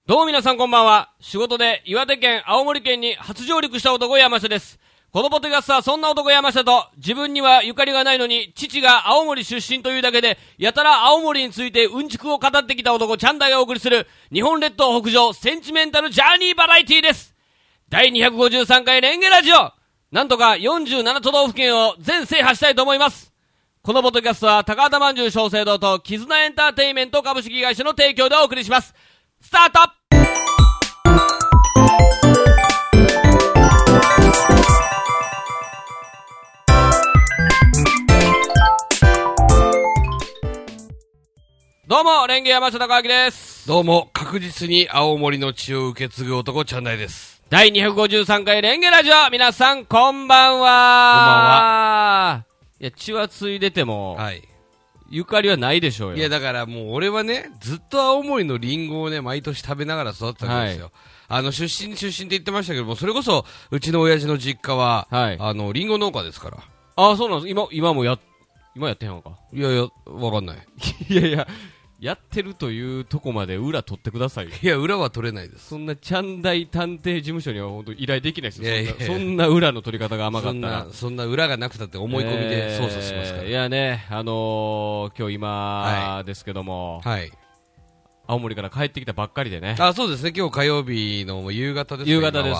どうも皆さんこんばんは。仕事で岩手県、青森県に初上陸した男山下です。このポッドキャストはそんな男山下と、自分にはゆかりがないのに、父が青森出身というだけで、やたら青森についてうんちくを語ってきた男チャンダイがお送りする、日本列島北上センチメンタルジャーニーバラエティーです。第253回レンゲラジオ。なんとか47都道府県を全制覇したいと思います。このポッドキャストは高畑まんじゅう小生堂と絆エンターテイメント株式会社の提供でお送りします。スタート。どうもレンゲ山下隆明です。 どうも確実に青森の血を受け継ぐ男チャンダイです。 第253回レンゲラジオ、皆さんこんばんは。こんばんは。いや、血はついでても、はい、ゆかりはないでしょうよ。 いやだからもう俺はね、ずっと青森のリンゴをね毎年食べながら育ったわけですよ、はい、出身って言ってましたけども、それこそうちの親父の実家は、はい、リンゴ農家ですから。 ああ、そうなんです。今やってへんのか。 いやいや、わかんないいやいや、やってるというとこまで裏取ってくださいよ。 いや、裏は取れないです。 そんなチャンダイ探偵事務所には本当依頼できないですよ。いやいやいや、そんな裏の取り方が甘かったら。 そんな裏がなくたって思い込みで操作しますから。 いやね、今日今ですけども、はい、青森から帰ってきたばっかりでね。 あ、そうですね。今日火曜日の夕方ですね。 夕方です。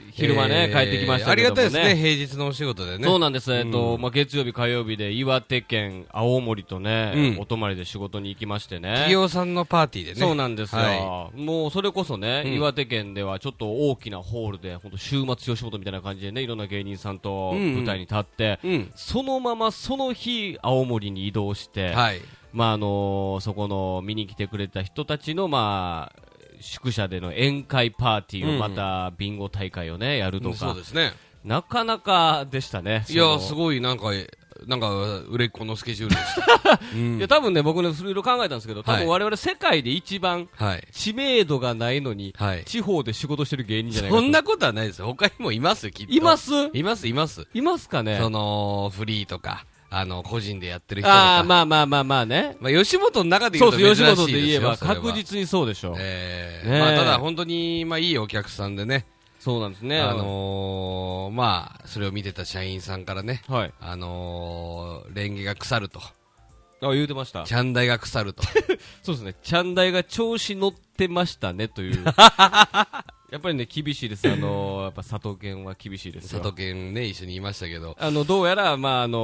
昼間ね、帰ってきましたけどもね。 ありがたいですね、平日のお仕事でね。 そうなんです。月曜日、火曜日で岩手県、青森とね、お泊まりで仕事に行きましてね。 企業さんのパーティーでね。 そうなんですよ。はい、もうそれこそね、岩手県ではちょっと大きなホールで、本当週末吉本みたいな感じでね、いろんな芸人さんと舞台に立って、そのままその日、青森に移動して、はい、そこの見に来てくれた人たちの宿舎での宴会パーティーをまたビンゴ大会をねやるとか、 そうですね、 なかなかでしたね。 いやすごいなんか売れっ子のスケジュールでしたいや多分ね、僕ねいろいろ考えたんですけど、多分我々世界で一番知名度がないのに、地方で仕事してる芸人じゃないかと。 そんなことはないですよ。他にもいますよ、きっと。 いますかね。 そのフリーとか個人でやってる人とか。 まあね。 吉本の中で言うと珍しいですよ。 そう、吉本で言えば確実にそうでしょう。 ただ本当に、いいお客さんでね。 そうなんですね。 それを見てた社員さんからね、はい、レンゲが腐ると。 言うてました。 チャンダイが腐ると。 そうですね。チャンダイが調子乗ってましたね、という。やっぱりね、厳しいです。やっぱ佐藤健は厳しいですよ。 佐藤健ね、一緒にいましたけど。 どうやら、我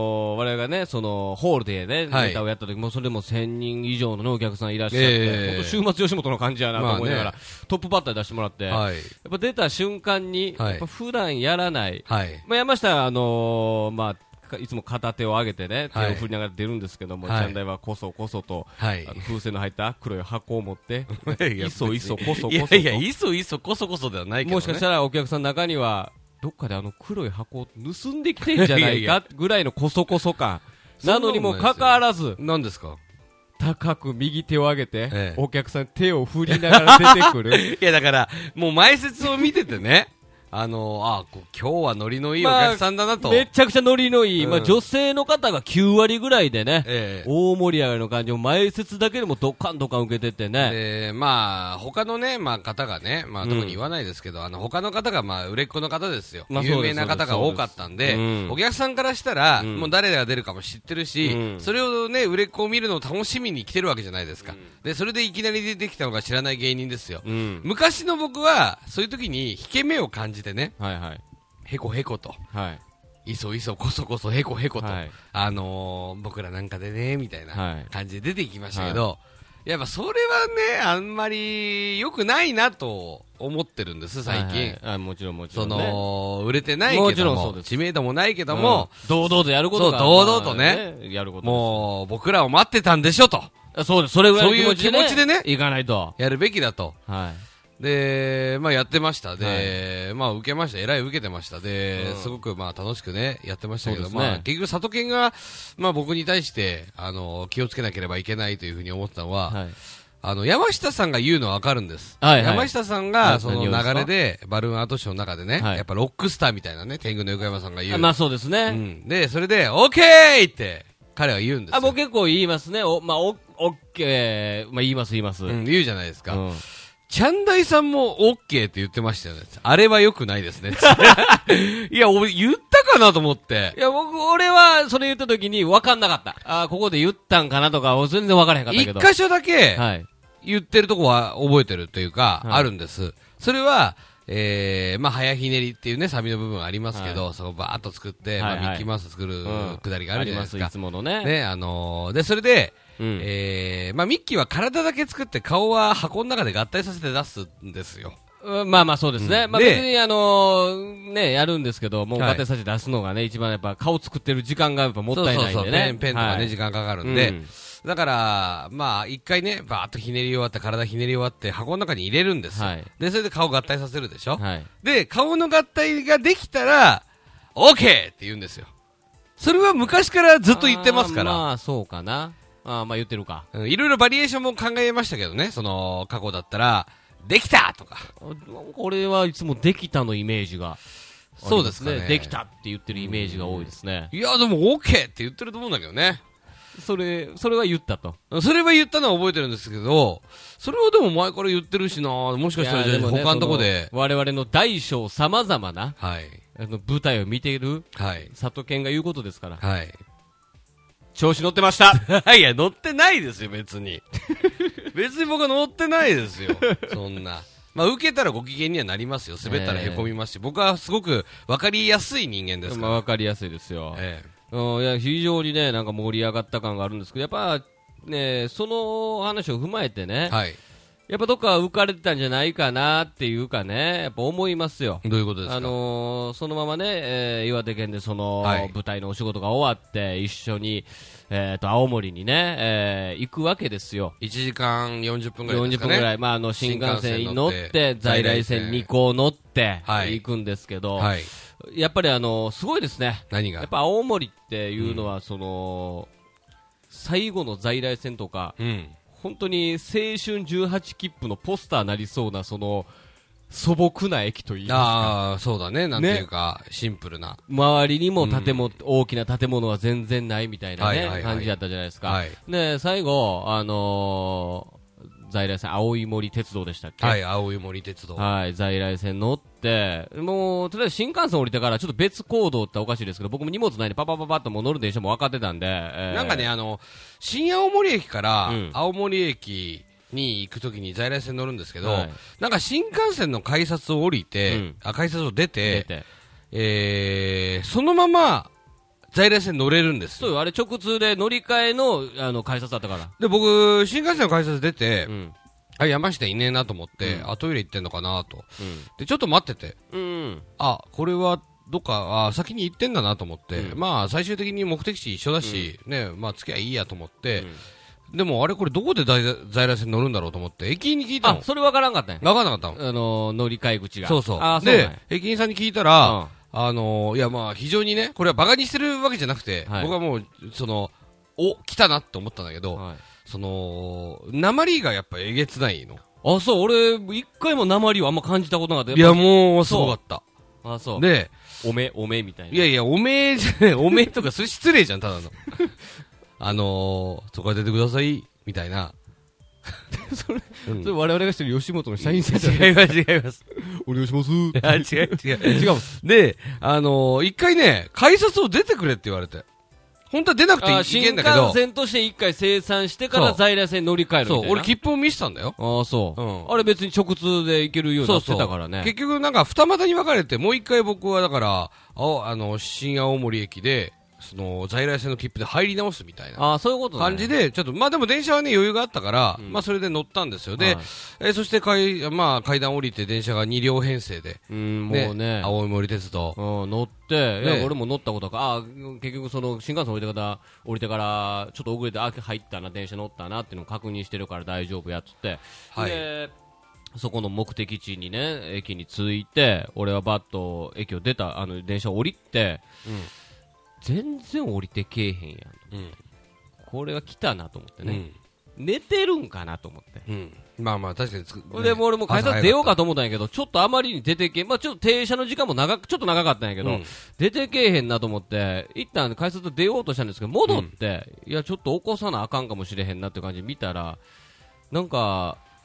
々がね、ホールでね、ネタをやった時も、それでも1000人以上の、お客さんいらっしゃって、本当週末吉本の感じやなと思いながら、トップバッター出してもらって、やっぱ出た瞬間に、やっぱ普段やらない、山下いつも片手を上げてね、手を振りながら出るんですけども、チャンダイはこそこそと、風船の入った黒い箱を持って、いそいそこそこそと。 いや、いそいそこそこそではないけどね。 もしかしたらお客さんの中には、どっかで黒い箱を盗んできてんじゃないかぐらいのこそこそ感。なのにもかかわらず、 何ですか？ 高く右手を上げて、お客さん手を振りながら出てくる。 いやだから、もう前説を見ててね、今日はノリのいいお客さんだなと。 めちゃくちゃノリのいい。女性の方が9割ぐらいでね、大盛り上がりの感じを前説だけでもドカンドカン受けててね。 他のね、方がね、特に言わないですけど、他の方が売れっ子の方ですよ。有名な方が多かったんで、お客さんからしたら、もう誰が出るかも知ってるし、それをね、売れっ子を見るのを楽しみに来てるわけじゃないですか。で、それでいきなり出てきたのが知らない芸人ですよ。昔の僕は、そういう時に引け目を感じてね、へこへこと、いそいそこそこそへこへこと、僕らなんかでねみたいな感じで出てきましたけど、やっぱそれはね、あんまり良くないなと思ってるんです最近。 もちろんね、 売れてないけども、知名度もないけども、 堂々とやることが、 堂々とね、 やること、 もう僕らを待ってたんでしょと。 そうです。それぐらいの気持ちでね、 いかないとやるべきだと。で、やってました。で、受けました。えらい受けてました。で、すごく楽しくね、やってましたけど、結局佐藤健が、僕に対して、気をつけなければいけないというふうに思ったのは、山下さんが言うのはわかるんです。山下さんが、その流れで、バルーンアートショーの中でね、やっぱロックスターみたいなね、天狗の横山さんが言う。 そうですね。 で、それで、オッケーって、彼は言うんですよ。 僕結構言いますね。オッケー、言います。 言うじゃないですか。 チャンダイさんも OK って言ってましたよね。あれは良くないですね。いや、俺言ったかなと思って。 いや、俺はそれ言った時に分かんなかった。ここで言ったんかなとか、全然分からへんかったけど。 一箇所だけ、言ってるとこは覚えてるというか、あるんです。それは、まあ、早ひねりっていうね、サビの部分ありますけど、そこバーっと作って、まあ、ミッキーマウス作るくだりがあるじゃないですか。 いつものね。 ね、で、それで、まあ、ミッキーは体だけ作って顔は箱の中で合体させて出すんですよ。 まあまあそうですね。まあ別にね、やるんですけど、もう合体させて出すのがね、一番やっぱ顔作ってる時間がやっぱもったいないんでね。 ペンとかね、時間かかるんで。だから、まあ、一回ね、バーっとひねり終わって、体ひねり終わって、箱の中に入れるんですよ。で、それで顔合体させるでしょ。で、顔の合体ができたら、OK って言うんですよ。それは昔からずっと言ってますから。 まあ、そうかな。まあ言ってるか。 いろいろバリエーションも考えましたけどね、その、過去だったら、できたとか。 これはいつもできたのイメージが。 そうですね。 できたって言ってるイメージが多いですね。 いや、でも OK って言ってると思うんだけどね。 それは言ったと。 それは言ったのは覚えてるんですけど、それはでも前から言ってるしな、もしかしたらじゃあ他のとこで。 我々の大小様々な、 はい。 舞台を見ている、 はい。 佐藤健が言うことですから。 はい。 調子乗ってました。 いや、乗ってないですよ、別に。別に僕は乗ってないですよ。そんな。まあ、受けたらご機嫌にはなりますよ。滑ったら凹みますし、僕はすごく分かりやすい人間ですから。 まあ、分かりやすいですよ。いや非常にね、なんか盛り上がった感があるんですけど、やっぱね、その話を踏まえてね、やっぱどっか浮かれてたんじゃないかなっていうかね、やっぱ思いますよ。 どういうことですか？ そのままね、岩手県でその、舞台のお仕事が終わって、一緒に、青森にね、行くわけですよ。 1時間40分ぐらいですかね。 40分ぐらい。まあ、新幹線に乗って、在来線2個乗って、行くんですけど、やっぱりすごいですね。 何が？ やっぱ青森っていうのは、その、最後の在来線とか、本当に青春18切符のポスターなりそうな、その、素朴な駅といいますか。 ああ、そうだね。なんていうか、シンプルな。 周りにも大きな建物は全然ないみたいなね、感じだったじゃないですか。で、最後、在来線、青い森鉄道でしたっけ？ はい、青い森鉄道。 はい、在来線乗って、もう、とりあえず新幹線降りてからちょっと別行動っておかしいですけど、僕も荷物ないんでパパパパッともう乗る電車も分かってたんで、 なんかね、新青森駅から青森駅に行くときに在来線乗るんですけど、なんか新幹線の改札を降りて、改札を出て、そのまま、在来線乗れるんです。 そうよ、あれ直通で乗り換えの、改札だったから。 で、僕、新幹線の改札出て、山下いねえなと思って、トイレ行ってんのかなと。で、ちょっと待ってて、これは、どっか、先に行ってんだなと思って、まあ、最終的に目的地一緒だし、ね、まあ、付き合いいいやと思って、でも、あれこれどこで在来線乗るんだろうと思って、駅員に聞いたの。 それ分からんかったんや。 分からなかったの。乗り換え口が。 そうそう。で、駅員さんに聞いたら、いやまあ非常にね、これはバカにしてるわけじゃなくて、僕はもう、来たなって思ったんだけど、鉛がやっぱえげつないの。 そう、俺、一回も鉛をあんま感じたことなかった。 いやもう、すごかった。 そう。 で、 おめみたいな。 いやいや、おめじゃねえ、おめとか、それ失礼じゃん、ただの。そこから出てください、みたいな。 それ我々がしてる吉本の社員さんじゃない？違います。 お願いします。 違う。で、一回ね、改札を出てくれって言われて。本当は出なくていけんだけど。 新幹線として一回生産してから在来線乗り換えるみたいな。 そう、俺切符を見せたんだよ。 そう。あれ別に直通で行けるようになってたからね。 結局なんか二股に分かれて、もう一回僕はだから、新青森駅で、在来線の切符で入り直すみたいな感じで、ちょっと、まあでも電車はね、余裕があったから、まあそれで乗ったんですよ。で、そして階段降りて電車が2両編成で、 もうね、 青森鉄道。 乗って、いや、俺も乗ったことか、結局新幹線降りてから、ちょっと遅れて、入ったな、電車乗ったなっていうのを確認してるから大丈夫やっつって、で、そこの目的地にね、駅に着いて、俺はバッと駅を出た、電車を降りて、全然降りてけえへんやん、これは来たなと思ってね、寝てるんかなと思って、 まあまあ確かにでも俺も改札出ようかと思ったんやけど、ちょっとあまりに出てけまあちょっと停車の時間もちょっと長かったんやけど、出てけえへんなと思って一旦改札出ようとしたんですけど、戻って、いやちょっと起こさなあかんかもしれへんなって感じで見たら、なんか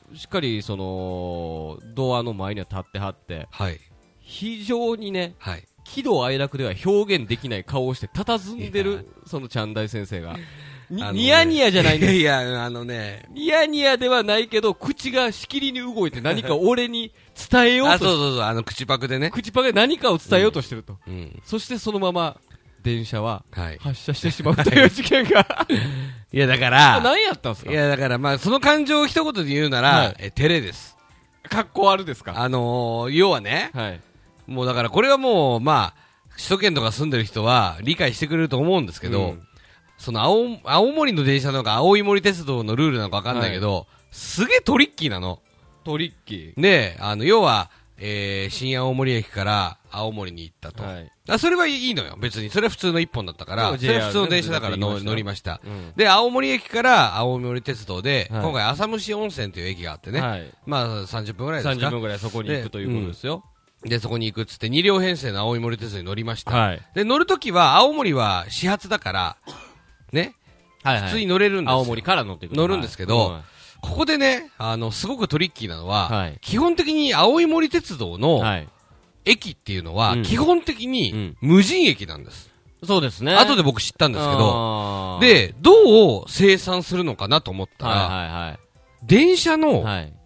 しっかりそのドアの前には立ってはって、 はい、 非常にね、 はい、 喜怒哀楽では表現できない顔をして佇んでるそのチャンダイ先生がニヤニヤじゃないんです。 いやニヤニヤではないけど口がしきりに動いて何か俺に伝えようとしてそう口パクでね、 口パクで何かを伝えようとしてると、 うん、 そしてそのまま電車ははい発車してしまうという事件が、 いやだから何やったんですか。 いやだからまあその感情を一言で言うなら、 はい、 照れです。 格好あるですか。 要はね、 はい、 もうだからこれはもうまあ首都圏とか住んでる人は理解してくれると思うんですけど、うん、その青森の電車なのか青い森鉄道のルールなのか分かんないけど、はい、すげえトリッキーなの。 トリッキーで、要は、新青森駅から青森に行ったと、はい、それはいいのよ別に。それは普通の一本だったから、それは普通の電車だから乗りました、うん、で青森駅から青森鉄道で、はい、今回浅虫温泉という駅があってね、はい、まあ30分ぐらいですか。 30分ぐらいそこに行くということですよ。 で、そこに行くっつって2両編成の青森鉄道に乗りました。 はい、 で、乗るときは青森は始発だから、ね、はいはい、普通に乗れるんですよ。 青森から乗ってくる。 乗るんですけど、はい、ここでね、すごくトリッキーなのは、はい、基本的に青森鉄道の駅っていうのは、基本的に無人駅なんです。 そうですね。 後で僕知ったんですけど、で、どう生産するのかなと思ったら、 はいはいはい、 電車の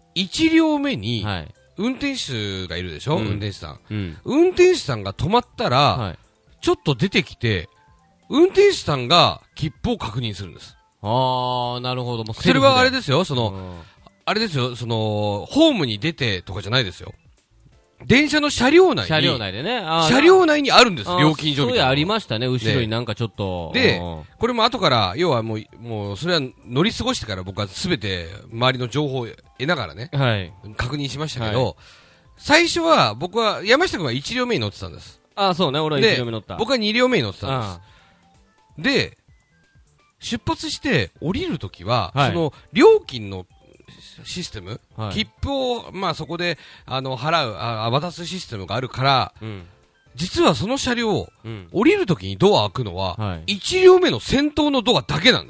1両目に、 はい、 運転手がいるでしょ、運転手さん、運転手さんが止まったら、はい、ちょっと出てきて、運転手さんが切符を確認するんです。 ああ、なるほど。もうそれはあれですよ、あれですよ、ホームに出てとかじゃないですよ。電車の車両内に。 車両内でね。 車両内にあるんです、料金所みたいな。 そうありましたね、後ろになんかちょっと。 で、これも後から、要はもう、それは乗り過ごしてから僕はすべて周りの情報を得ながらね、はい、確認しましたけど、はい、最初は僕は、山下君は1両目に乗ってたんです。 ああ、そうね、俺は1両目乗った。 僕は2両目に乗ってたんです。で、出発して降りるときは、はい、その料金のシステム、はい、切符を、まあ、そこで渡すシステムがあるから、うん、実はその車両、うん、降りるときにドア開くのは、はい、1両目の先頭のドアだけなんです。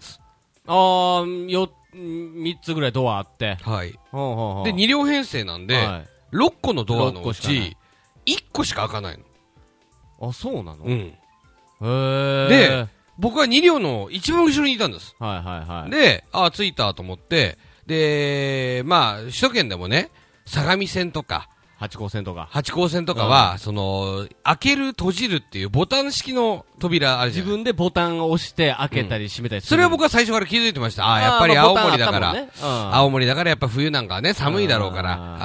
3つぐらいドアあって、 はい、で2両編成なんで、はい、6個のドアのうち1個しか開かないの。 あ、そうなの？ うん。で、僕は2両の一番後ろにいたんです。 はいはいはい。 で、着いたと思って、で、まあ、首都圏でもね、相模線とか、 八高線とかは、開ける、閉じるっていうボタン式の扉あるじゃん。 自分でボタンを押して開けたり閉めたりする。 それは僕は最初から気づいてました。やっぱり青森だから、青森だからやっぱ冬なんかはね、寒いだろうから、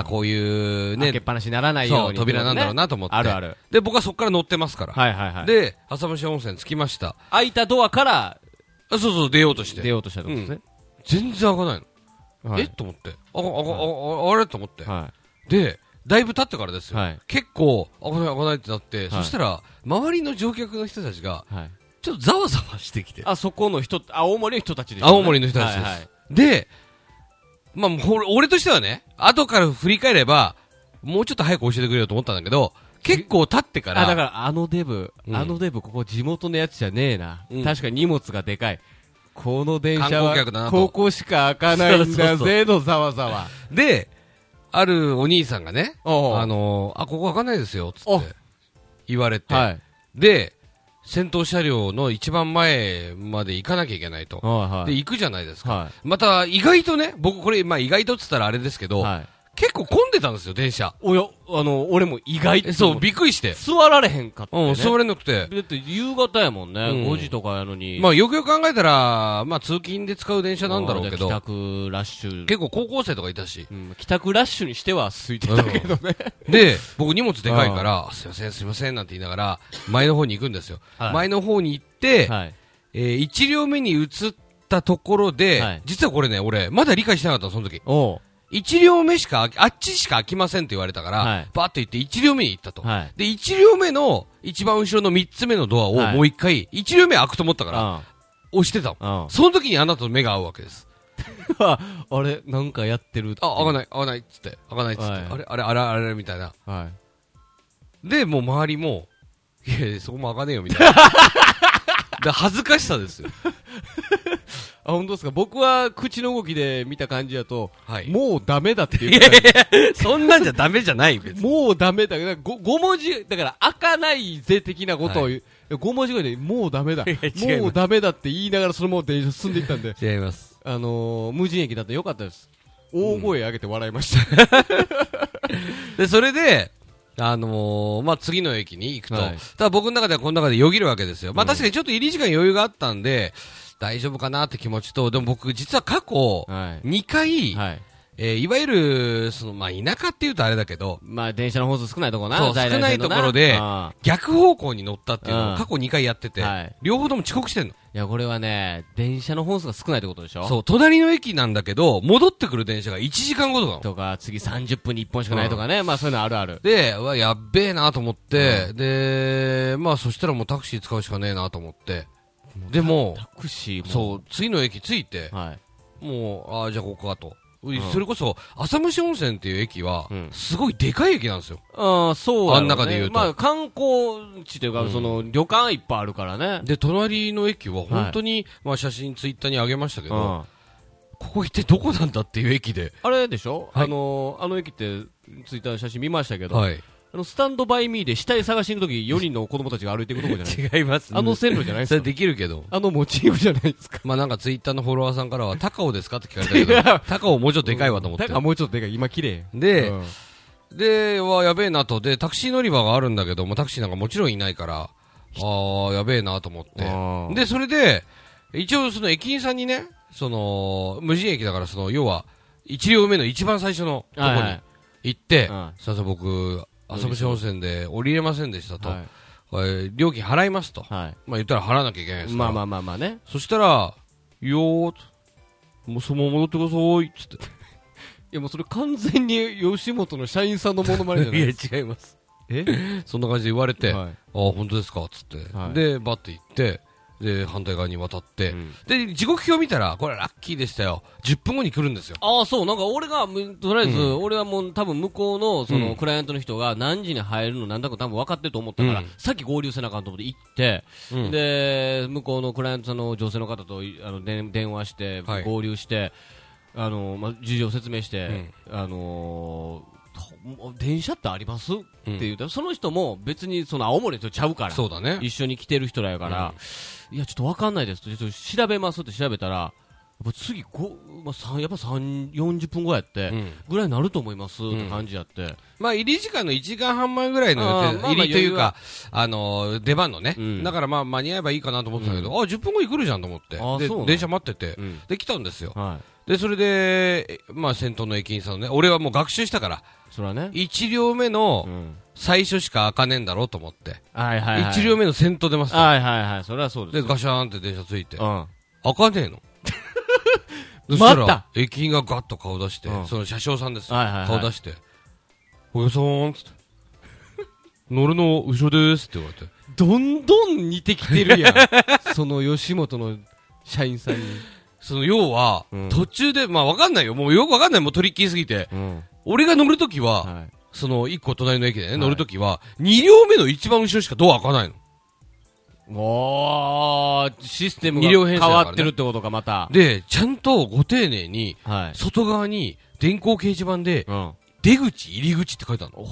こういうね、 開けっぱなしにならないように。 そう、扉なんだろうなと思って。 あるある。 で、僕はそこから乗ってますから。 はいはいはい。 で、浅虫温泉着きました。 開いたドアから、 そう出ようとして。 出ようとしたんですね。 全然開かないの。と思って。あれと思って。で、だいぶ経ってからですよ。はい、結構、危ないってなって、はい、そしたら、周りの乗客の人たちが、はい、ちょっとざわざわしてきて。 そこの青森の人たちです、 ね。青森の人たちです。はいはい、で、まあ、俺としてはね、後から振り返れば、もうちょっと早く教えてくれよと思ったんだけど、結構経ってから。 だからあのデブ、ここ地元のやつじゃねえな。確かに荷物がでかい。この電車は、ここしか開かないんだぜのざわざわ。 で、あるお兄さんがね、ここ開かないですよ、つって言われて、はい、で、先頭車両の一番前まで行かなきゃいけないと。はい、で、行くじゃないですか。はい、また、意外とね、僕これ、まあ意外とって言ったらあれですけど、はい、結構混んでたんですよ、電車。 俺も意外と。 そう、びっくりして。 座られへんかった、ね。 座れなくて。 だって夕方やもんね、5時とかやのに。 まあよくよく考えたら、まあ通勤で使う電車なんだろうけど。 帰宅ラッシュ。 結構高校生とかいたし。 帰宅ラッシュにしては空いてたけどね。 で、僕荷物でかいから、すいませんなんて言いながら、前の方に行くんですよ。はい、前の方に行って、はい、1両目に移ったところで、はい、実はこれね、俺、まだ理解してなかったの、その時。1両目しかあっちしか開きませんって言われたから、はい、バーって言って1両目に行ったと。はい、で、1両目の一番後ろの3つ目のドアをもう一回、1両目開くと思ったから、押してたの。その時にあなたと目が合うわけです。 あれなんかやってるって。 開かないっつって。はい、あれみたいな。はい、で、もう周りも、いやそこも開かねえよみたいな。恥ずかしさですよ。 あ、本当ですか。僕は口の動きで見た感じだと、 はい、 もうダメだっていう。 いやいや、そんなんじゃダメじゃない、別に。 もうダメだ。5文字、だから開かないぜ的なことを言う。5文字ぐらいで、もうダメだ。もうダメだって言いながらそのまま電車進んでいったんで。 違います。 無人駅だってよかったです。大声上げて笑いました。 で、それで、まあ、次の駅に行くと、ただ僕の中ではこの中でよぎるわけですよ。まあ、確かにちょっと入り時間余裕があったんで、大丈夫かなって気持ちと、でも僕実は過去、2回、いわゆる、まあ、田舎って言うとあれだけど、 まあ、電車の本数少ないところな。 そう、少ないところで、逆方向に乗ったっていうのを過去2回やってて、両方とも遅刻してんの。 いや、これはね、電車の本数が少ないってことでしょ。 そう、隣の駅なんだけど、戻ってくる電車が1時間後とか。 とか、次30分に1本しかないとかね、まあそういうのあるある。 で、やっべえなと思って、で、まあそしたらもうタクシー使うしかねえなと思って、でも、 タクシーも。 そう、次の駅着いて、もう、じゃあここかと。それこそ、浅虫温泉っていう駅は、すごいでかい駅なんですよ。 そうあん中で言うと。 まあ、観光地というか、旅館いっぱいあるからね。 で、隣の駅は本当に、まあ写真ツイッターに上げましたけど、ここ一体どこなんだっていう駅で。 あれでしょ、あの駅ってツイッターの写真見ましたけど、スタンドバイミーで死体探しに行くとき4人の子供たちが歩いていくとこじゃない違いますね。 線路じゃないですか。 それできるけど。 モチーフじゃないですか。 まあなんかツイッターのフォロワーさんからは、高尾ですかって聞かれたけど、高尾もうちょっとでかいわと思って。 高尾もうちょっとでかい。今綺麗。 で、やべえなと。で、タクシー乗り場があるんだけども、タクシーなんかもちろんいないから、やべえなと思って。で、それで、一応その駅員さんにね、無人駅だから要は、1両目の一番最初のとこに行って、すいません、僕、浅虫温泉で降りれませんでしたと。料金払いますと。まあ言ったら払わなきゃいけないですから。 まあね。 そしたら、もうそのまま戻ってください、つって。いやもうそれ完全に吉本の社員さんのモノマネじゃないですか。 いや違います。そんな感じで言われて、本当ですか、つって。で、バッて行って、で、反対側に渡って、で、時刻表見たら、これラッキーでしたよ。10分後に来るんですよ。 そう、なんか俺が、とりあえず、俺はもう多分向こうの、クライアントの人が何時に入るのなんだか多分分かってると思ったから、さっき合流せなあかんと思って行って、で、向こうのクライアントさんの女性の方と、電話して、合流して、事情説明して、電車ってありますって言うと、その人も別に青森とちゃうから、 そうだね。 一緒に来てる人らやから、いや、ちょっとわかんないですと、ちょっと調べますって調べたら、やっぱ次やっぱ40分後やって、ぐらいになると思いますって感じやって。 まあ、入り時間の1時間半前ぐらいの予定、入りというか、出番のね。だからまあ、間に合えばいいかなと思ってたけど、10分後に来るじゃんと思って。で、電車待ってて、で、来たんですよ。で、それで、まあ、先頭の駅員さんのね、俺はもう学習したから、 それはね、 1両目の最初しか開かねえんだろうと思って、1両目の先頭出ます。 それはそうです。 で、ガシャーンって電車ついて、開かねえの。そしたら、 駅員がガッと顔出して、その車掌さんですよ。顔出して、おやさんつって、乗るの後ろですって言われて。 どんどん似てきてるやん。その吉本の社員さんに。 要は、途中で、まあわかんないよ。もうよくわかんない。もうトリッキーすぎて。俺が乗るときは、一個隣の駅でね、乗るときは、2両目の一番後ろしかドア開かないの。 システムが変わってるってことか、また。 で、ちゃんとご丁寧に、外側に電光掲示板で、出口、入り口って書いてあるの。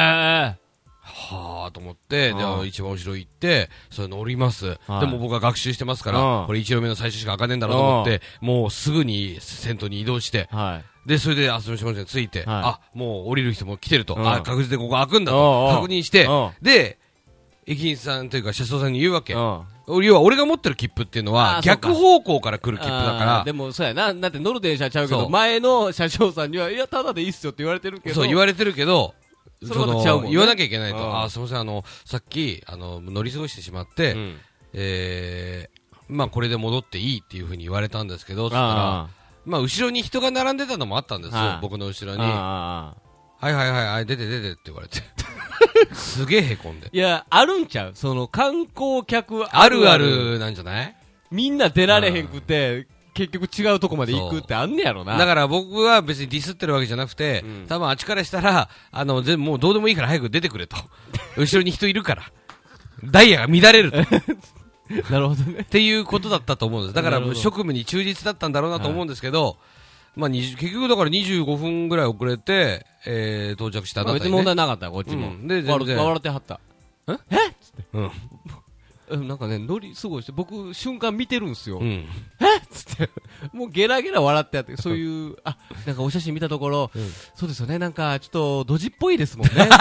はぁと思って、で、一番後ろ行って、それ乗ります。でも僕は学習してますから、これ1両目の最初しか開かねえんだろうと思って、もうすぐに先頭に移動して、で、それで浅虫温泉着いて、もう降りる人も来てると、確実でここ開くんだと、確認して、で、駅員さんというか車掌さんに言うわけ。要は俺が持ってる切符っていうのは逆方向から来る切符だから。 でもそうやな。だって乗る電車ちゃうけど、前の車掌さんには、いや、ただでいいっすよって言われてるけど。 そう、言われてるけど、言わなきゃいけないと。すみません、さっき、乗り過ごしてしまって、まあこれで戻っていいっていうふうに言われたんですけど、そしたら、まあ後ろに人が並んでたのもあったんですよ、僕の後ろに。出てって言われて。すげえへこんで。 いや、あるんちゃう観光客あるあるなんじゃない？ みんな出られへんくて、結局違うとこまで行くってあんねやろな。 だから僕は別にディスってるわけじゃなくて、多分あっちからしたら、もうどうでもいいから早く出てくれと。後ろに人いるから。ダイヤが乱れると。 なるほどね。 っていうことだったと思うんです。だから職務に忠実だったんだろうなと思うんですけど、まあ、結局だから25分ぐらい遅れて、到着したあなたに、ね。 別に問題なかったよ、こっちも。 で、全然。 笑ってはった。 えっつって。なんかね、ノリすごいして、僕、瞬間見てるんですよ。えっつって。もうゲラゲラ笑ってやって、そういう、なんかお写真見たところ、そうですよね、なんかちょっとドジっぽいですもんね。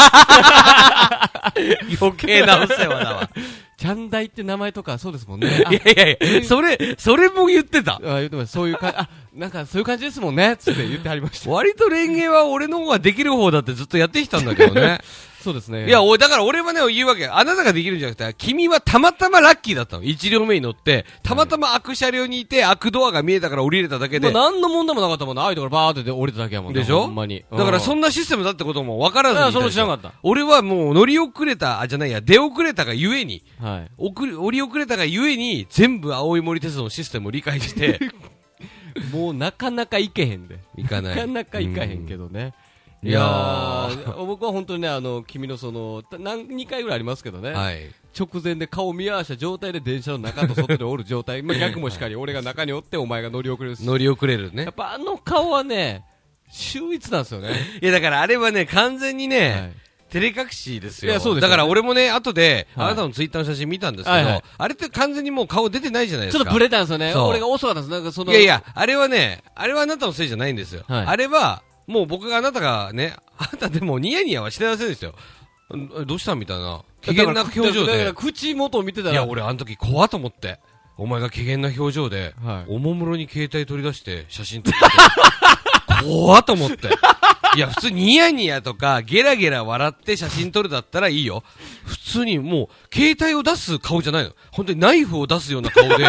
余計なお世話だわ。 チャンダイって名前とかそうですもんね。 いやいや、それも言ってた。 言ってます。そういうなんかそういう感じですもんね。つって言ってはりました。 割とレンゲは俺の方ができる方だってずっとやってきたんだけどね。 そうですね。 いや、だから俺はね、言うわけ。あなたができるんじゃなくて、君はたまたまラッキーだったの。1両目に乗って、たまたま悪車両にいて、悪ドアが見えたから降りれただけで。 何の問題もなかったもんな。あいとからバーって降りただけやもんね。 でしょほんまに。 だからそんなシステムだってことも分からずに。いや、 それ知らなかった。 俺はもう乗り遅れた、じゃないや、出遅れたがゆえに、 はい。 降り遅れたがゆえに、全部青い森鉄道のシステムを理解して、 もうなかなか行けへんで。 行かない。 なかなか行かへんけどね。いやー、僕は本当にね、君の2回ぐらいありますけどね。はい。直前で顔見合わせた状態で電車の中と外でおる状態。まあ逆もしかり、俺が中におってお前が乗り遅れる。 乗り遅れるね。 やっぱ顔はね、秀逸なんですよね。 いやだからあれはね、完全にね、照れ隠しですよ。 いや、そうです。 だから俺もね、後で、あなたのツイッターの写真見たんですけど、あれって完全にもう顔出てないじゃないですか。 ちょっとブレたんですよね。俺が遅かったんです。 いやいや、あれはあなたのせいじゃないんですよ。あれは、もう僕があなたがね、あなたでもニヤニヤはしてなせんですよ。どうしたみたいな。機嫌な表情で。だから口元を見てたら。 いや、俺あの時怖っと思って。お前が機嫌な表情で、おもむろに携帯取り出して写真撮ってて。怖っと思って。いや、普通ニヤニヤとかゲラゲラ笑って写真撮るだったらいいよ。普通にもう、携帯を出す顔じゃないの。本当にナイフを出すような顔で、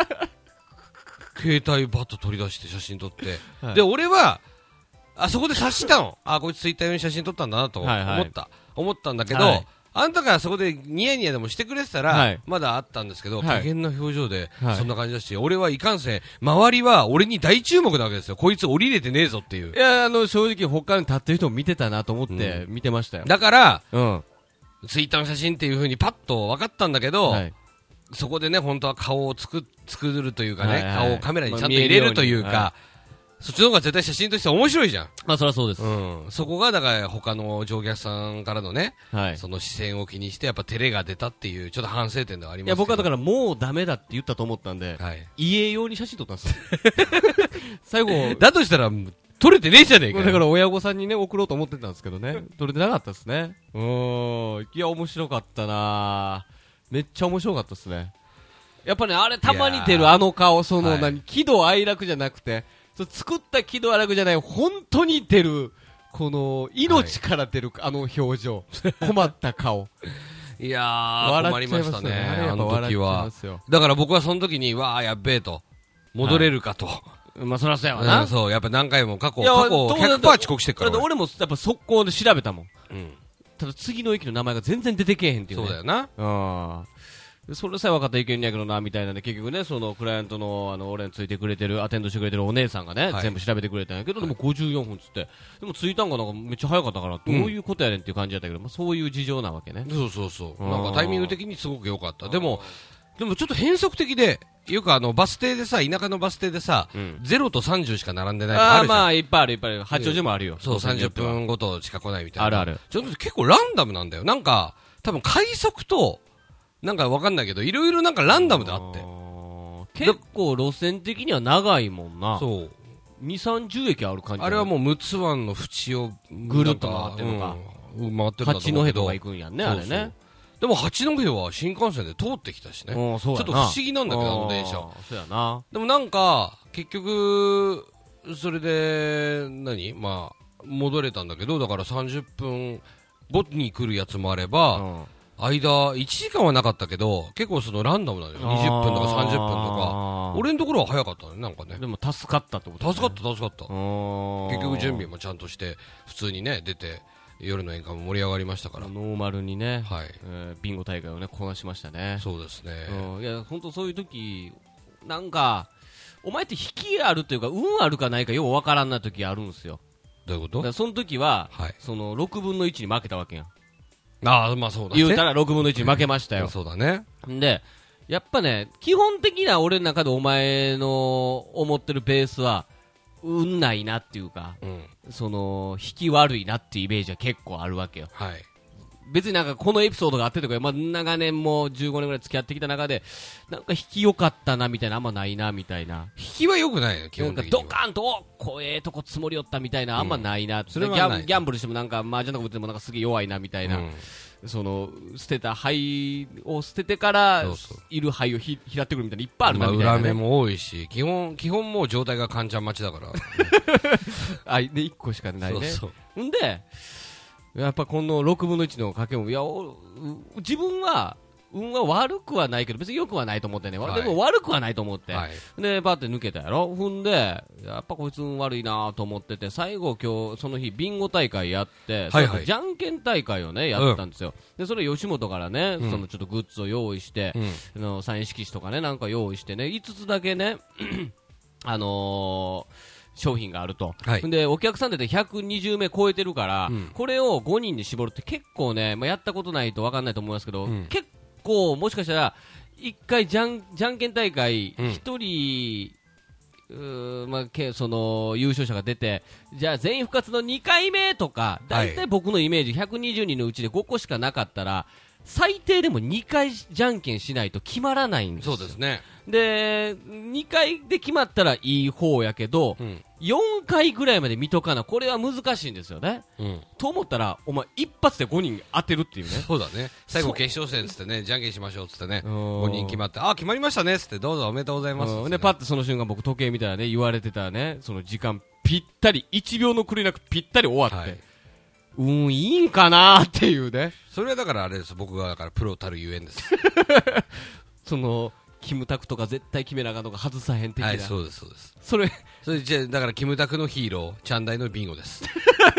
携帯バッと取り出して写真撮って。で、俺は、そこで察したの。こいつツイッター用に写真撮ったんだなと思ったんだけど、あんたがそこでニヤニヤでもしてくれてたら、まだあったんですけど、機嫌な表情で、そんな感じだし、俺はいかんせん、周りは俺に大注目なわけですよ。こいつ降りれてねえぞっていう。 いや、正直他に立ってる人も見てたなと思って、見てましたよ。 だから、ツイッターの写真っていう風にパッと分かったんだけど、そこでね、本当は顔を作るというかね、顔をカメラにちゃんと入れるというか、そっちの方が絶対写真として面白いじゃん。 まあそりゃそうです。 そこがだから他の乗客さんからのね、その視線を気にしてやっぱ照れが出たっていうちょっと反省点ではありますけど。いや僕はだからもうダメだって言ったと思ったんで、家用に写真撮ったんですよ。最後。 だとしたら撮れてねえじゃねえかよ。 だから親御さんにね送ろうと思ってたんですけどね、撮れてなかったですね。いや面白かったなめっちゃ面白かったですね。やっぱねあれたまに出る顔、喜怒哀楽じゃなくて、作った喜怒哀楽じゃない、本当に出る、この、命から出る、表情。困った顔。 いやー、困りましたね、あの時は。だから僕はその時に、わー、やっべえと。戻れるかと。 まあ、そらそうやわな。 そう、やっぱ何回も過去100% 遅刻してるから。 俺もやっぱ速攻で調べたもん。ただ次の駅の名前が全然出てけえへんっていうね。 そうだよな。 それさえ分かったらいけんやけどな、みたいなんで、結局ね、そのクライアントの、俺についてくれてる、アテンドしてくれてるお姉さんがね、全部調べてくれたんやけど、でも54分つって、でも着いたんがなんかめっちゃ早かったから、どういうことやねんっていう感じだったけど、まあそういう事情なわけね。 そう。なんかタイミング的にすごく良かった。でもちょっと変則的で、よくバス停でさ、田舎のバス停でさ、0と30しか並んでないとかあるじゃん。 まあ、いっぱいある。八王子もあるよ。 そう、30分ごとしか来ないみたいな。 ある。 ちょっと結構ランダムなんだよ。なんか、多分快速と、なんかわかんないけど、いろいろなんかランダムであって。 結構路線的には長いもんな。 そう。 2、30駅ある感じ。 あれはもう陸奥湾の縁をぐるっと回ってるのか。 回ってるんだと思うけど。 八戸とか行くんやんね、あれね。 でも八戸は新幹線で通ってきたしね。ちょっと不思議なんだけど、あの電車。 そうやな。 でもなんか、結局、それで、まあ、戻れたんだけど、だから30分後に来るやつもあれば、1時間はなかったけど、結構そのランダムなのよ。20分とか30分とか。俺のところは早かったね、なんかね。 でも助かったってことね。 助かった。結局準備もちゃんとして、普通にね、出て、夜の演歌も盛り上がりましたから。 ノーマルにね、ビンゴ大会をね、こなしましたね。 そうですね。 いや、本当そういう時、なんか、お前って引きあるというか、運あるかないかようわからんな時あるんですよ。 どういうこと？ その時は、その6分の1に負けたわけやん。 まあそうだね。 言うたら6分の1に負けましたよ。 そうだね。 で、 やっぱね、基本的な俺の中でお前の思ってるベースは、運ないなっていうか、引き悪いなっていうイメージは結構あるわけよ。 はい。 別になんかこのエピソードがあってとか、まあ、長年も15年ぐらい付き合ってきた中で、なんか引き良かったなみたいな、あんまないなみたいな。 引きは良くないよ、基本的には。 なんかドカーンと、とこ積もりよったみたいな、あんまないな。 それはない。 ギャンブルしてもなんか、麻雀とか打ってもなんかすげえ弱いなみたいな。捨てた灰を捨ててから、いる灰を拾ってくるみたいな、いっぱいあるなみたいな、ね。 裏目も多いし、基本もう状態がカンちゃん待ちだから。 で、1個しかないね。んで、やっぱこの6分の1の賭けも、自分は、運は悪くはないけど、別に良くはないと思ってね。でも悪くはないと思って。で、パッて抜けたやろ。踏んで、やっぱこいつ運悪いなと思ってて、最後今日、その日、ビンゴ大会やって、じゃんけん大会をね、やったんですよ。で、それ吉本からね、ちょっとグッズを用意して、サイン色紙とかね、なんか用意してね、5つだけね、商品があると、でお客さんで120名超えてるから、これを5人に絞るって結構ね、やったことないと分かんないと思いますけど、結構もしかしたら1回じゃんけん大会1人、その優勝者が出て、じゃあ全員復活の2回目とか、だいたい僕のイメージ120人のうちで5個しかなかったら、最低でも2回じゃんけんしないと決まらないんですよ。 そうですね。 で、2回で決まったらいい方やけど、4回ぐらいまで見とかな、これは難しいんですよね。と思ったら、お前一発で5人当てるっていうね。 そうだね。最後決勝戦つってね、じゃんけんしましょうつってね、5人決まって、決まりましたねつって、どうぞおめでとうございます。 で、パッてその瞬間僕時計見たらね、言われてたね、その時間ぴったり、1秒の狂いなくぴったり終わって、いいんかなっていうね。 それはだからあれです、僕がだからプロたるゆえんです。 キムタクとか絶対決めなあかんとか外さへん的な。 そうです、そうです。 それじゃだからキムタクのヒーロー、チャンダイのビンゴです。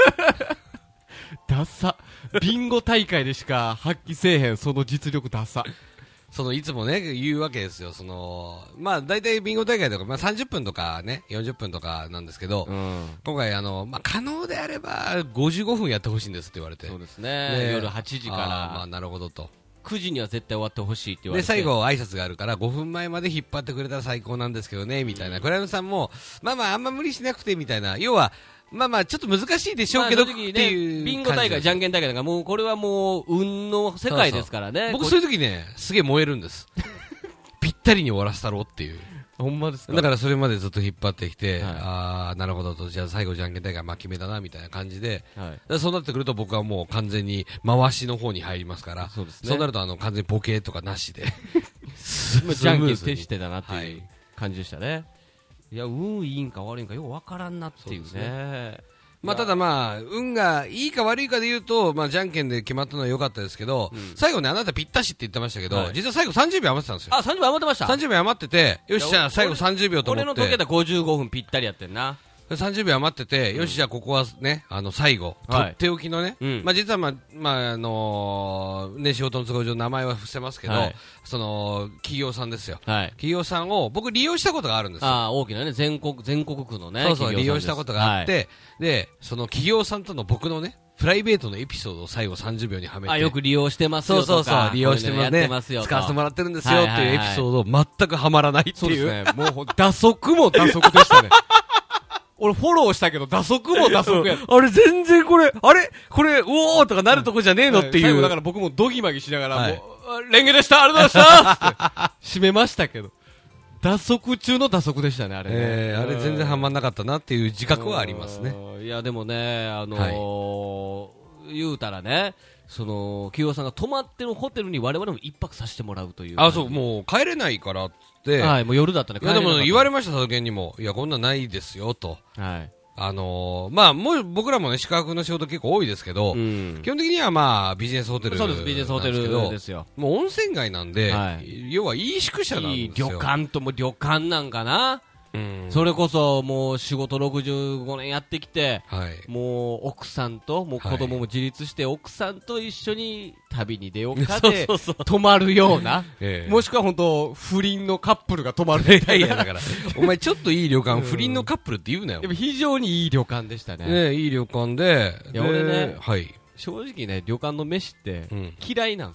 ダサ。ビンゴ大会でしか発揮せえへん、その実力ダサ。 いつもね、言うわけですよ。大体ビンゴ大会とか、30分とかね、40分とかなんですけど、今回可能であれば55分やってほしいんですって言われて。 そうですね。夜8時から。 なるほどと。 9時には絶対終わってほしいって言われて。 で、最後挨拶があるから5分前まで引っ張ってくれたら最高なんですけどね、みたいな。クライアントさんも、あんま無理しなくて、みたいな。要は、ちょっと難しいでしょうけど、っていう。 ビンゴ大会、じゃんけん大会なんかもう、これはもう、運の世界ですからね。 僕そういう時ね、すげえ燃えるんです。ぴったりに終わらせたろうっていう。 ほんまですか。 だからそれまでずっと引っ張ってきて、なるほどと、じゃあ最後じゃんけん大会決めだなみたいな感じで、そうなってくると僕はもう完全に回しの方に入りますから、そうなると完全にボケとかなしで、 じゃんけん徹してたなっていう感じでしたね。いや、運いいんか悪いんかようわからんなっていうね。 ただ運がいいか悪いかで言うと、じゃんけんで決まったのは良かったですけど、最後ね、あなたぴったしって言ってましたけど、実は最後30秒余ってたんですよ。 30秒余ってました ?30 秒余ってて、よし、じゃあ最後30秒と思って。 俺の時計だ55分ぴったりやってんな。 30秒余ってて、よし、じゃあここはね、最後、とっておきのね、実はね、仕事の都合上名前は伏せますけど、企業さんですよ。企業さんを僕利用したことがあるんですよ。 大きなね、全国区のね。 そう、利用したことがあって、で、その企業さんとの僕のね、プライベートのエピソードを最後30秒にはめて。 よく利用してますよとか。 そう、利用してますね。使わせてもらってるんですよっていうエピソード全くはまらないっていう。そうですね。 もう、打足も打足でしたね。俺フォローしたけど、打足も打足や。 あれ全然これ、うおーとかなるとこじゃねえのっていう。 最後だから僕もドギマギしながら、もう、レンゲでしたありがとうございましたって締めましたけど。打足中の打足でしたね、あれね。 あれ全然はまんなかったなっていう自覚はありますね。 いや、でもね、言うたらね、企業さんが泊まってるホテルに我々も一泊させてもらうという。 そう、もう帰れないからって。 もう夜だったね。 いや、でも言われました、佐々にも。いや、こんなんないですよ、と。もう僕らもね、宿泊の仕事結構多いですけど、基本的にはビジネスホテルなんですけど。 そうです、ビジネスホテルですよ。 もう温泉街なんで、要はいい宿舎なんですよ。 旅館とも旅館なんかな。それこそもう仕事65年やってきて、もう奥さんともう子供も自立して、奥さんと一緒に旅に出ようかで泊まるような、もしくは本当不倫のカップルが泊まるみたいな。 だからお前ちょっといい旅館、不倫のカップルって言うなよ。 でも非常にいい旅館でしたね。 いい旅館で、 いや俺ね、正直ね、旅館の飯って嫌いなんですよ。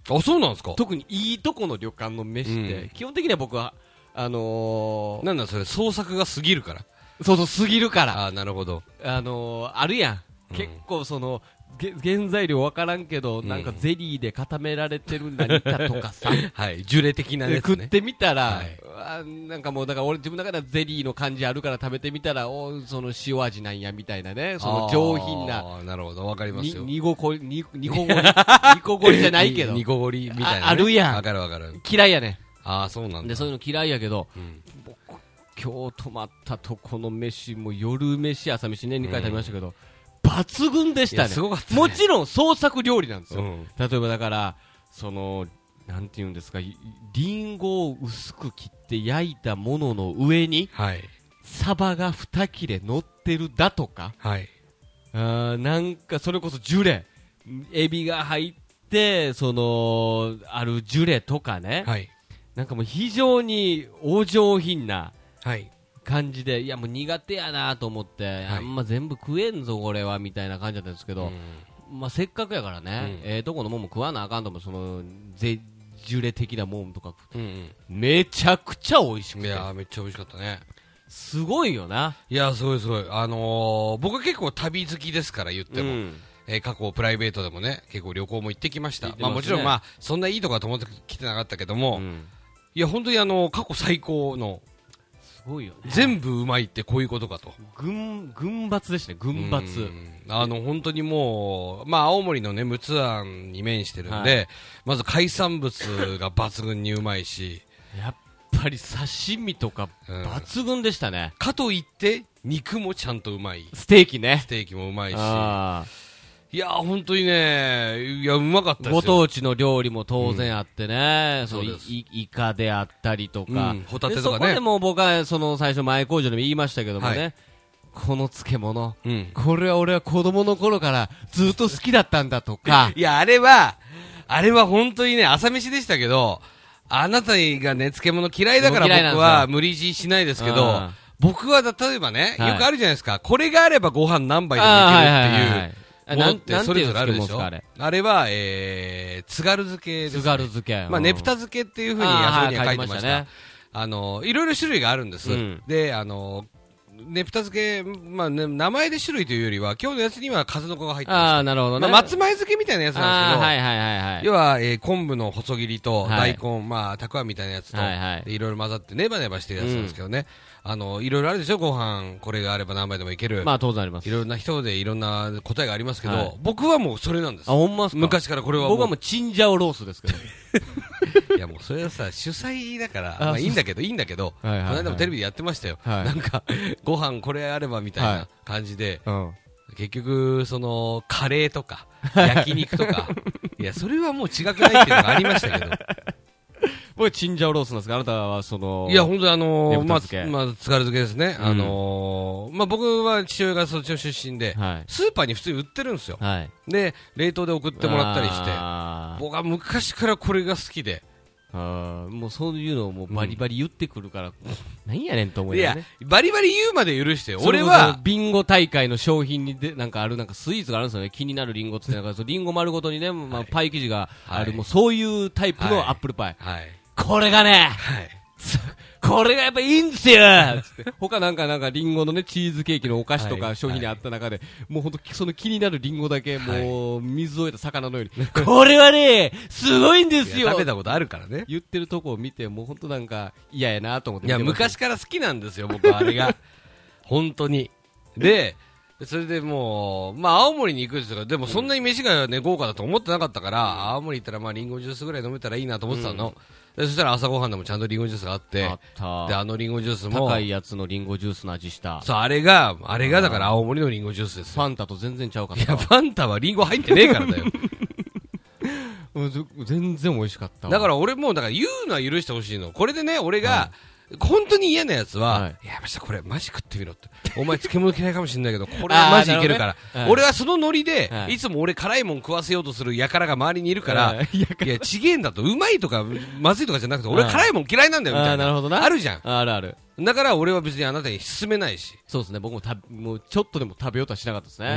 あ、そうなんですか。 特にいいとこの旅館の飯って、基本的には僕は、 なんだそれ、創作が過ぎるから。 そう、過ぎるから。 あ、なるほど。 あるやん。結構原材料わからんけど、なんかゼリーで固められてる何かとかさ。 はい、ジュレ的なやつね。 食ってみたら、なんかもう、だから俺自分の中ではゼリーの感じあるから食べてみたら、その塩味なんやみたいなね、その上品な。 なるほど、わかりますよ。 ニコゴリじゃないけど。 ニコゴリみたいな。 あるやん。 わかるわかる。 嫌いやね。 ああ、そうなんだ。 で、そういうの嫌いやけど、僕、今日泊まったとこの飯、もう夜飯、朝飯ね、2回食べましたけど、抜群でしたね。 すごかったね。 もちろん創作料理なんですよ。例えばだから、なんていうんですか、リンゴを薄く切って焼いたものの上に、サバが2切れ乗ってるだとか、なんかそれこそジュレ、エビが入って、あるジュレとかね、なんかもう非常にお上品な感じで、いやもう苦手やなと思って、あんま全部食えんぞこれはみたいな感じだったんですけど、まあせっかくやからね、どこのもんも食わなあかんと思う、ジュレ的なもんとか、めちゃくちゃ美味しくて。 いやめっちゃ美味しかったね。 すごいよな。 いやすごいすごい。僕は結構旅好きですから言っても。過去プライベートでもね、結構旅行も行ってきました。まあもちろんまあ、そんないいとこはと思って来てなかったけども、いや本当に過去最高の、 すごいよね。 全部うまいってこういうことかと。 軍閥ですね、軍閥。 本当にもう、まあ青森のね、陸奥湾に面してるんで、まず海産物が抜群にうまいし、 やっぱり刺身とか抜群でしたね。 かといって、肉もちゃんとうまい。 ステーキね。 ステーキもうまいし。いや本当にね、いやうまかったですよ。 ご当地の料理も当然あってね、イカであったりとか、 ホタテとかね。 そこでも僕は最初前工場でも言いましたけどもね、この漬物、これは俺は子供の頃からずっと好きだったんだとか。 いやあれは本当にね、朝飯でしたけど、あなたがね漬物嫌いだから僕は無理強いしないですけど、僕は例えばね、よくあるじゃないですか、これがあればご飯何杯でもいけるっていう。ものってそれぞれあるでしょ。あれは、津軽漬けですね。 津軽漬け。 まあ、ねぷた漬けっていう風にあそこには書いてました。いろいろ種類があるんです。で、ねぷた漬け、まあね、名前で種類というよりは、今日のやつには数の子が入ってます。 ああ、なるほどね。 まあ、松前漬けみたいなやつなんですけど、 はいはいはいはい。 要は、昆布の細切りと大根、まあ、たくあんみたいなやつと、いろいろ混ざってネバネバしてるやつなんですけどね。いろいろあるでしょ、ご飯、これがあれば何杯でもいける。まあ、当然あります。 いろんな人でいろんな答えがありますけど、僕はもうそれなんです。 あ、ほんまっすか？ 昔からこれは僕はもうチンジャオロースですけど。 いやもうそれはさ、主催だから、まあいいんだけど、この間もテレビでやってましたよ。なんか、ご飯これあればみたいな感じで、結局、カレーとか、焼肉とか、いや、それはもう違くないっていうのがありましたけど。 僕、チンジャオロースなんですか？あなたは、 いや、本当にまあ、津軽漬けですね。まあ、僕は父親がそっちの出身で、スーパーに普通に売ってるんですよ。で、冷凍で送ってもらったりして、僕は昔からこれが好きで。 もうそういうのをもうバリバリ言ってくるから、何やねんと思いながらね。 いや、バリバリ言うまで許してよ。俺は、 ビンゴ大会の商品になんかあるなんかスイーツがあるんですよね。気になるリンゴってなんか、リンゴ丸ごとにね、まあ、パイ生地がある、もうそういうタイプのアップルパイ。これがね、これがやっぱいいんですよ他なんかリンゴのね、チーズケーキのお菓子とか商品にあった中で、もうほんとその気になるリンゴだけ、もう水を得た魚のように、これはね、すごいんですよ食べたことあるからね。 言ってるとこを見て、もうほんとなんか嫌やなと思って。 いや、昔から好きなんですよ、僕はあれが。本当に。で、それでもう、まあ青森に行くんですが、でもそんなに飯がね、豪華だと思ってなかったから、青森行ったらまあリンゴジュースぐらい飲めたらいいなと思ってたの。でそしたら朝ごはんでもちゃんとリンゴジュースがあって、で、リンゴジュースも。 高いやつのリンゴジュースの味した。 そう、あれがだから青森のリンゴジュースです。 ファンタと全然ちゃうかった。 いや、ファンタはリンゴ入ってねえからだよ。 全然美味しかったわ。 だから俺も、だから言うのは許してほしいの。これでね、俺が、本当に嫌なやつは、いや、ましたこれマジ食ってみろって。お前漬物嫌いかもしれないけど、これはマジいけるから。俺はそのノリで、いつも俺辛いもん食わせようとする輩が周りにいるから、いや、ちげえんだと、うまいとか、まずいとかじゃなくて、俺辛いもん嫌いなんだよ、みたいな。あるじゃん。 あるある。 だから俺は別にあなたに勧めないし。 そうですね、僕ももうちょっとでも食べようとはしなかったですね。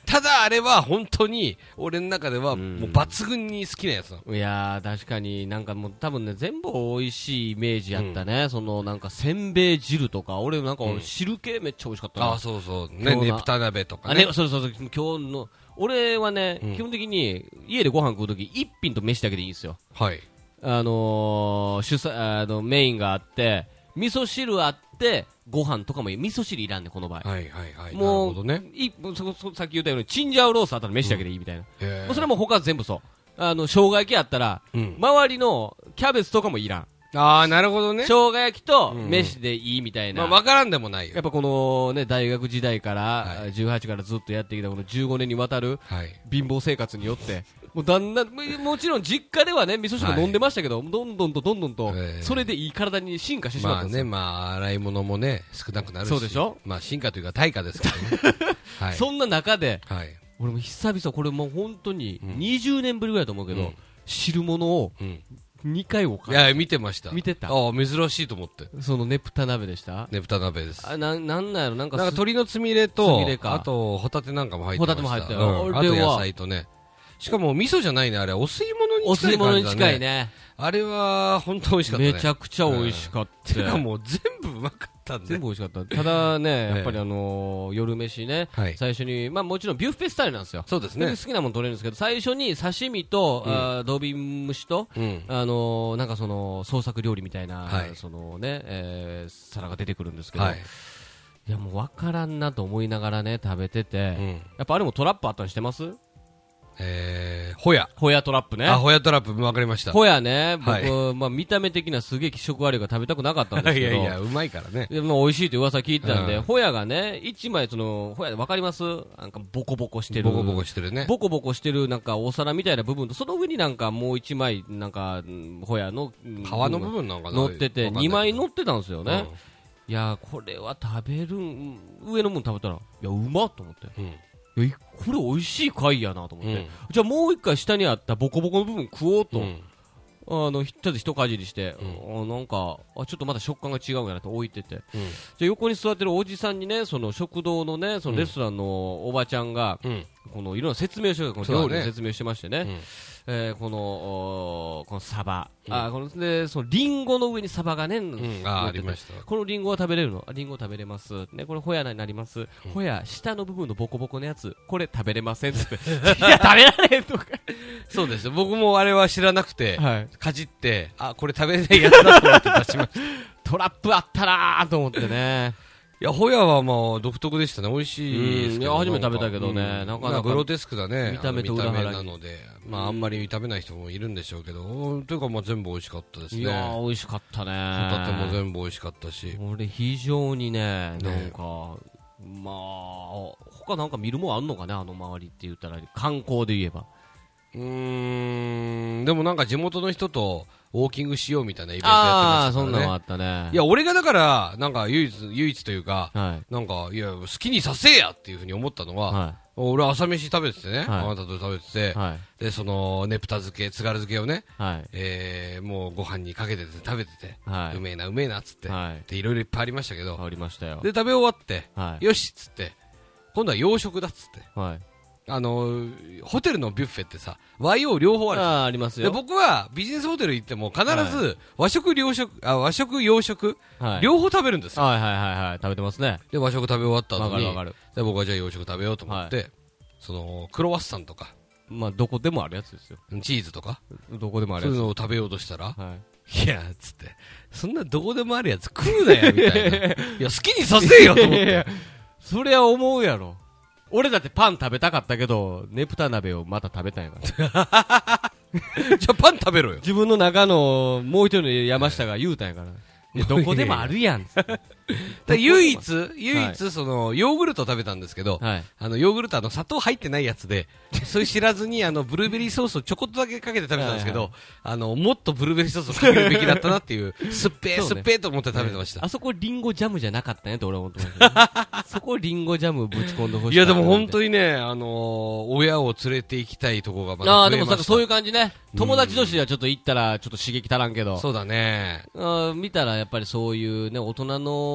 ただあれは本当に俺の中ではもう抜群に好きなやつなの。 いやー確かになんかもう多分ね全部美味しいイメージやったね、そのなんかせんべい汁とか俺なんか汁系めっちゃ美味しかったな。 あ、そうそうね、ねぷた鍋とかね。 そうそうそう、今日の俺はね、基本的に家でご飯食うとき一品と飯だけでいいんですよ。 はい。 主菜メインがあって味噌汁あってご飯とかもいい。味噌汁いらんねこの場合。 はいはいはい。 もう、 なるほどね。 さっき言ったようにチンジャオロースあったら飯だけでいいみたいな。もうそれも他全部そう。生姜焼きあったら、周りのキャベツとかもいらん。 ああ、なるほどね。 生姜焼きと飯でいいみたいな。 まあ、わからんでもないよ。 やっぱこのね、大学時代から、18からずっとやってきたこの15年にわたる貧乏生活によって、もうだんだん、もちろん実家ではね、味噌汁飲んでましたけど、どんどんと、それでいい体に進化してしまったんですよ。 まあね、まあ、洗い物もね、少なくなるし。 そうでしょ。 まあ、進化というか対価ですけどね。 はい。そんな中で、俺も久々、これもう本当に20年ぶりぐらいだと思うけど、汁物を、2回をいや、見てました。 見てた。 ああ、珍しいと思って。 そのねぷた鍋でした？ ねぷた鍋です。 なんなんやろ、なんか鶏のつみれと、あと、ホタテなんかも入ってました。 ホタテも入ってよ。 あと野菜とね。しかも味噌じゃないね、あれ。お吸い物に近い感じだね。 お吸い物に近いね。 あれは、本当美味しかったね。 めちゃくちゃ美味しかった。 てかもう全部うまかったんで。 全部美味しかった。ただね、やっぱり夜飯ね、最初に、まあもちろんビュッフェスタイルなんですよ。 そうですね。 好きなもの取れるんですけど、最初に刺身と、土瓶蒸しと、なんかその、創作料理みたいな、そのね、皿が出てくるんですけど、いやもう分からんなと思いながらね、食べてて、やっぱあれもトラップあったりしてます？ ホヤ。 ホヤトラップね。 あ、ホヤトラップ、わかりました。 ホヤね、僕、まあ見た目的なすげえ気色悪いから食べたくなかったんですけど。 いやいや、うまいからね。 でも美味しいって噂聞いてたんで、ホヤがね、一枚ホヤわかります？なんかボコボコしてる。 ボコボコしてるね。 ボコボコしてるなんかお皿みたいな部分と、その上になんかもう一枚、なんか、ホヤの、 皮の部分なんか乗ってて、2枚乗ってたんですよね。いやこれは食べる、上のもの食べたら、いや、うまっと思って。これ美味しい貝やなと思って、じゃあもう一回下にあったボコボコの部分食おうと、ちょっと一かじりして、なんかちょっとまた食感が違うんやなと置いてて、じゃあ横に座ってるおじさんにね、その食堂のね、そのレストランのおばちゃんが、このいろんな説明をして、この料理の説明をしてましてね、このサバ、そのリンゴの上にサバがね、 ありました。 このリンゴは食べれるの？リンゴ食べれます。ね、これホヤになります。ホヤ下の部分のボコボコのやつ、これ食べれませんって。いや食べられんとか。 そうですよ。僕もあれは知らなくて、かじって、あ、これ食べれないやつだと思って出しました。 トラップあったなーと思ってね。 いや、ホヤはまあ独特でしたね。美味しいですけど。 いや、初めて食べたけどね、なかなかグロテスクだね。 見た目と裏腹なので、まああんまり食べない人もいるんでしょうけど、というかまあ全部美味しかったですね。 いや美味しかったね。 ホタテも全部美味しかったし。 俺非常にね、なんか、まあ、他なんか見るもんあんのかね、あの周りって言ったら、観光で言えば。 でもなんか地元の人とウォーキングしようみたいなイベントやってましたからね。 そんなのあったね。 いや、俺がだから、なんか唯一というか、なんか、いや、好きにさせやっていうふうに思ったのは、俺朝飯食べててね、あなたと食べてて、で、その、ねぷた漬け、津軽漬けをね、もうご飯にかけてて食べてて、うめえなっつって、で、いろいろいっぱいありましたけど、 ありましたよ。 で、食べ終わって、よしっつって、今度は洋食だっつって、ホテルのビュッフェってさ、和洋両方あるじゃん。 ありますよ。 で、僕はビジネスホテル行っても必ず和食、洋食、両方食べるんですよ。 食べてますね。 で、和食食べ終わった後に、 で僕はじゃあ洋食食べようと思って、その、クロワッサンとか、 まあ、どこでもあるやつですよ。 チーズとか、 どこでもあるやつ。そういうのを食べようとしたら、いや、つって、そんなどこでもあるやつ食うなよ、みたいな。いや、好きにさせよと思って。 そりゃ思うやろ。俺だってパン食べたかったけど、ねぷた鍋をまた食べたんやから。 じゃあパン食べろよ。 自分の中のもう一人の山下が言うたんやから。どこでもあるやん。 唯一、その、ヨーグルト食べたんですけど、ヨーグルト砂糖入ってないやつで、それ知らずにブルーベリーソースをちょこっとだけかけて食べたんですけど、もっとブルーベリーソースをかけるべきだったなっていう、すっぺーと思って食べてました。 あそこリンゴジャムじゃなかったんやと俺は思ってました。そこリンゴジャムぶち込んでほしい。 いやでも本当にね、親を連れて行きたいとこがまだ増えました。 でもそういう感じね。友達同士ではちょっと行ったらちょっと刺激足らんけど。 そうだね。 見たらやっぱりそういうね、大人の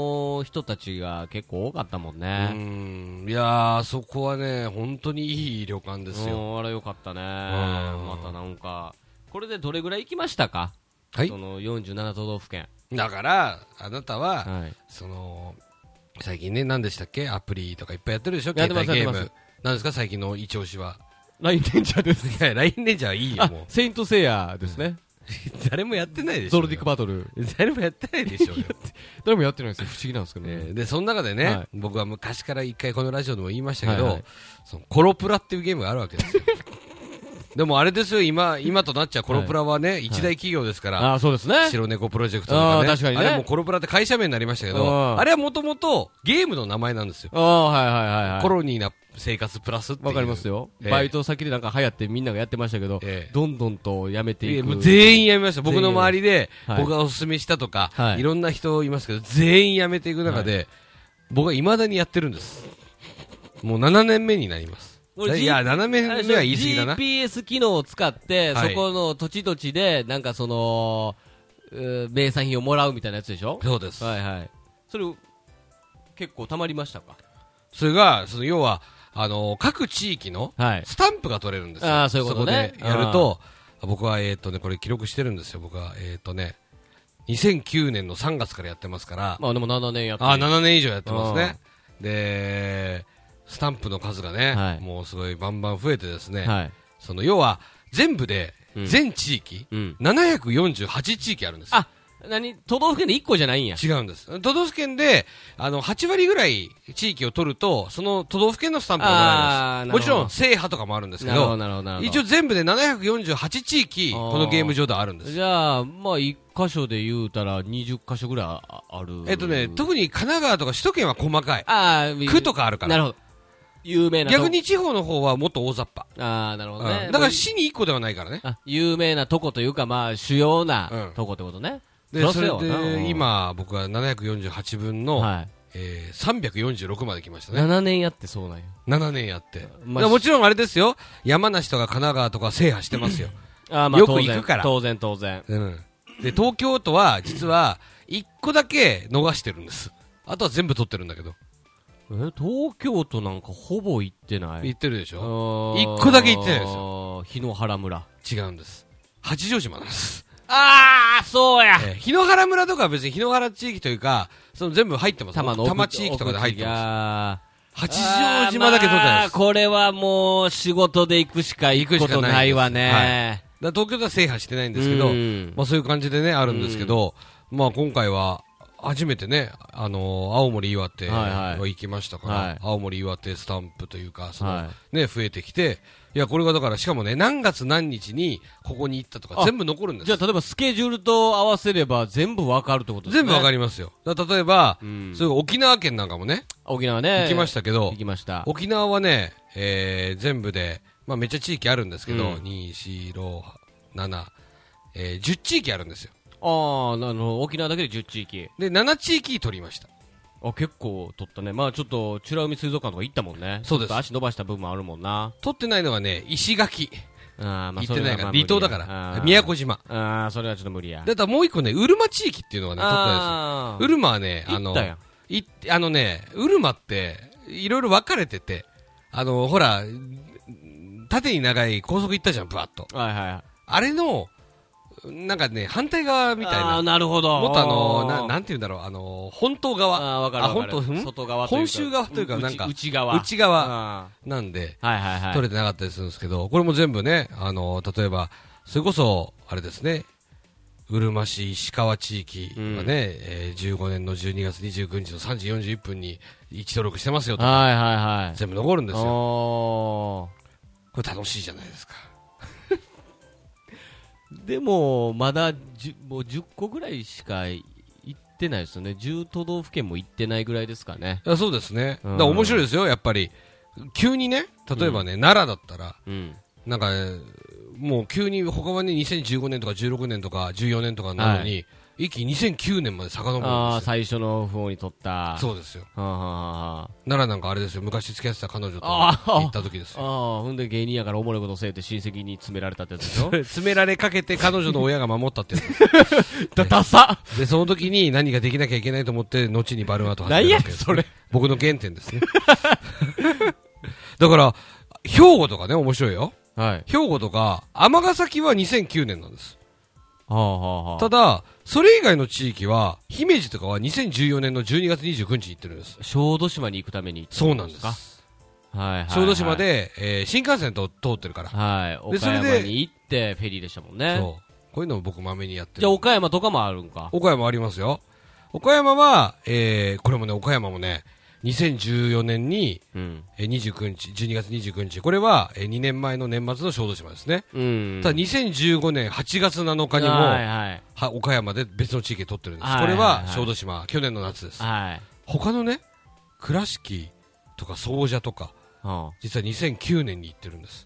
の人たちが結構多かったもんね。 いやー、そこはね、本当にいい旅館ですよ。 あれよかったね。またなんか、これでどれぐらい行きましたか？ はい。 その47都道府県。 だから、あなたは、 はい、 最近ね、何でしたっけ？アプリとかいっぱいやってるでしょ？ やってます、 携帯ゲーム。 やってます。 何ですか最近のイチオシは。 ラインレンジャーです。 いや、ラインレンジャーはいいよ、もう。 セイントセイヤですね。 誰もやってないでしょ。 ゾルディックバトル。 誰もやってないでしょうよ。 誰もやってないですよ。不思議なんですけどね。 で、その中でね、 はい、 僕は昔から一回このラジオでも言いましたけど、 はいはい、 そのコロプラっていうゲームがあるわけですよ。でもあれですよ、今となっちゃうコロプラはね、一大企業ですから、 そうですね。 白猫プロジェクトとかね。 確かにね。 あれもコロプラって会社名になりましたけど、あれはもともとゲームの名前なんですよ。 はいはいはい。 コロニーな生活プラスっていう。 わかりますよ。バイト先でなんか流行ってみんながやってましたけど、どんどんとやめていく。 もう全員やめました。僕の周りで、僕がおすすめしたとか、いろんな人いますけど、全員やめていく中で、僕は未だにやってるんです。もう7年目になります。いや、7年目は言い過ぎだな。 GPS 機能を使って、そこの土地土地で、なんかその、名産品をもらうみたいなやつでしょ？ そうです。 はいはい。それ、結構たまりましたか？ それが、要は、各地域のスタンプが取れるんですよ。 そういうことね。 そこでやると、僕はこれ記録してるんですよ。僕は2009年の3月からやってますから。 まあでも7年やってる。 7年以上やってますね。で、スタンプの数がね、もうすごいバンバン増えてですね、要は全部で全地域、748地域あるんです。 都道府県で1個じゃないんや。 違うんです。都道府県で、8割ぐらい地域を取ると、その都道府県のスタンプがもらえます。もちろん、制覇とかもあるんですけど、一応全部で748地域、このゲーム上であるんです。 じゃあ、まあ、1箇所で言うたら20箇所ぐらいある。 特に神奈川とか首都圏は細かい。区とかあるから。 なるほど。有名な逆に地方の方はもっと大雑把。 なるほどね。 だから市に1個ではないからね。 有名なとこというか、まあ、主要なとこってことね。 で、それで、今、僕は748分の、346まで来ましたね。 7年やってそうなんや。 7年やって。もちろんあれですよ、山梨とか神奈川とか制覇してますよ。よく行くから。 当然。 で、東京都は、実は、1個だけ逃してるんです。あとは全部取ってるんだけど。 東京都なんかほぼ行ってない？ 行ってるでしょ。1個だけ行ってないですよ。 檜原村。 違うんです。八丈島なんです。 そうや。 檜原村とかは別に檜原地域というか、全部入ってます。多摩地域とかで入ってます。八丈島だけ取ってないです。 これはもう仕事で行くしか行くことないわね。 東京では制覇してないんですけど、そういう感じでね、あるんですけど、今回は、初めてね、青森岩手は行きましたから、青森岩手スタンプというか、増えてきて、いや、これがだから、しかもね、何月何日にここに行ったとか全部残るんです。 じゃあ、例えばスケジュールと合わせれば全部わかるってことですね。 全部わかりますよ。例えば、沖縄県なんかもね、 沖縄ね、 行きましたけど、沖縄はね、全部で、めっちゃ地域あるんですけど、2、4、6、7、10地域あるんですよ。 沖縄だけで10地域。 で、7地域取りました。 結構取ったね。まあちょっと、美ら海水族館とか行ったもんね。 そうです。 足伸ばした部分もあるもんな。 取ってないのはね、石垣。行ってないから。離島だから。宮古島。 それはちょっと無理や。 だからもう一個ね、うるま地域っていうのがね、取ってないですよ。うるまはね、うるまって、いろいろ分かれてて、ほら、縦に長い高速行ったじゃん、ブワッと。あれの、なんかね、反対側みたいな。 なるほど。 もっとなんて言うんだろう、本島側。 本島、外側本州側というか、なんか、 内側なんで、取れてなかったりするんですけど、これも全部ね、例えば、それこそ、あれですね、うるま市石川地域はね、15年の12月29日の3時41分に位置登録してますよとか、全部残るんですよ。これ楽しいじゃないですか。 でも、まだもう10個ぐらいしか行ってないですよね。10都道府県も行ってないぐらいですかね。 そうですね。だから面白いですよ、やっぱり。急にね、例えばね、奈良だったら、なんか、もう急に他はね、2015年とか16年とか14年とかなのに、 一気に2009年まで遡るんですよ。 ああ、最初の方に撮った。 そうですよ。 はあはあはあ、 奈良なんかあれですよ、昔付き合ってた彼女と行った時ですよ。 ああ、ほんで芸人やからおもろいことせえって親戚に詰められたってやつでしょ詰められかけて彼女の親が守ったってやつですダサで、その時に何ができなきゃいけないと思って、後にバルーンアート始何やめたわけです、 それ。 僕の原点ですね。だから、兵庫とかね、面白いよ。 はい。 兵庫とか、尼崎は2009年なんです。 はあはあはあ、 ただ、それ以外の地域は、姫路とかは2014年の12月29日に行ってるんです。 小豆島に行くためにそうなんです。 はいはいはい、 小豆島で、新幹線と通ってるから。 はい。岡山に行ってフェリーでしたもんね。 そう。こういうのを僕まめにやってる。 じゃあ岡山とかもあるんか。 岡山ありますよ。岡山は、これもね、岡山もね、2014年に、29日、12月29日。これは、2年前の年末の小豆島ですね。 うん。 ただ2015年8月7日にも、 はいはい、 岡山で別の地域で撮ってるんです。 はいはいはい、 これは小豆島、去年の夏です。 はい。 他のね、倉敷とか総社とか、 はあ、 実は2009年に行ってるんです。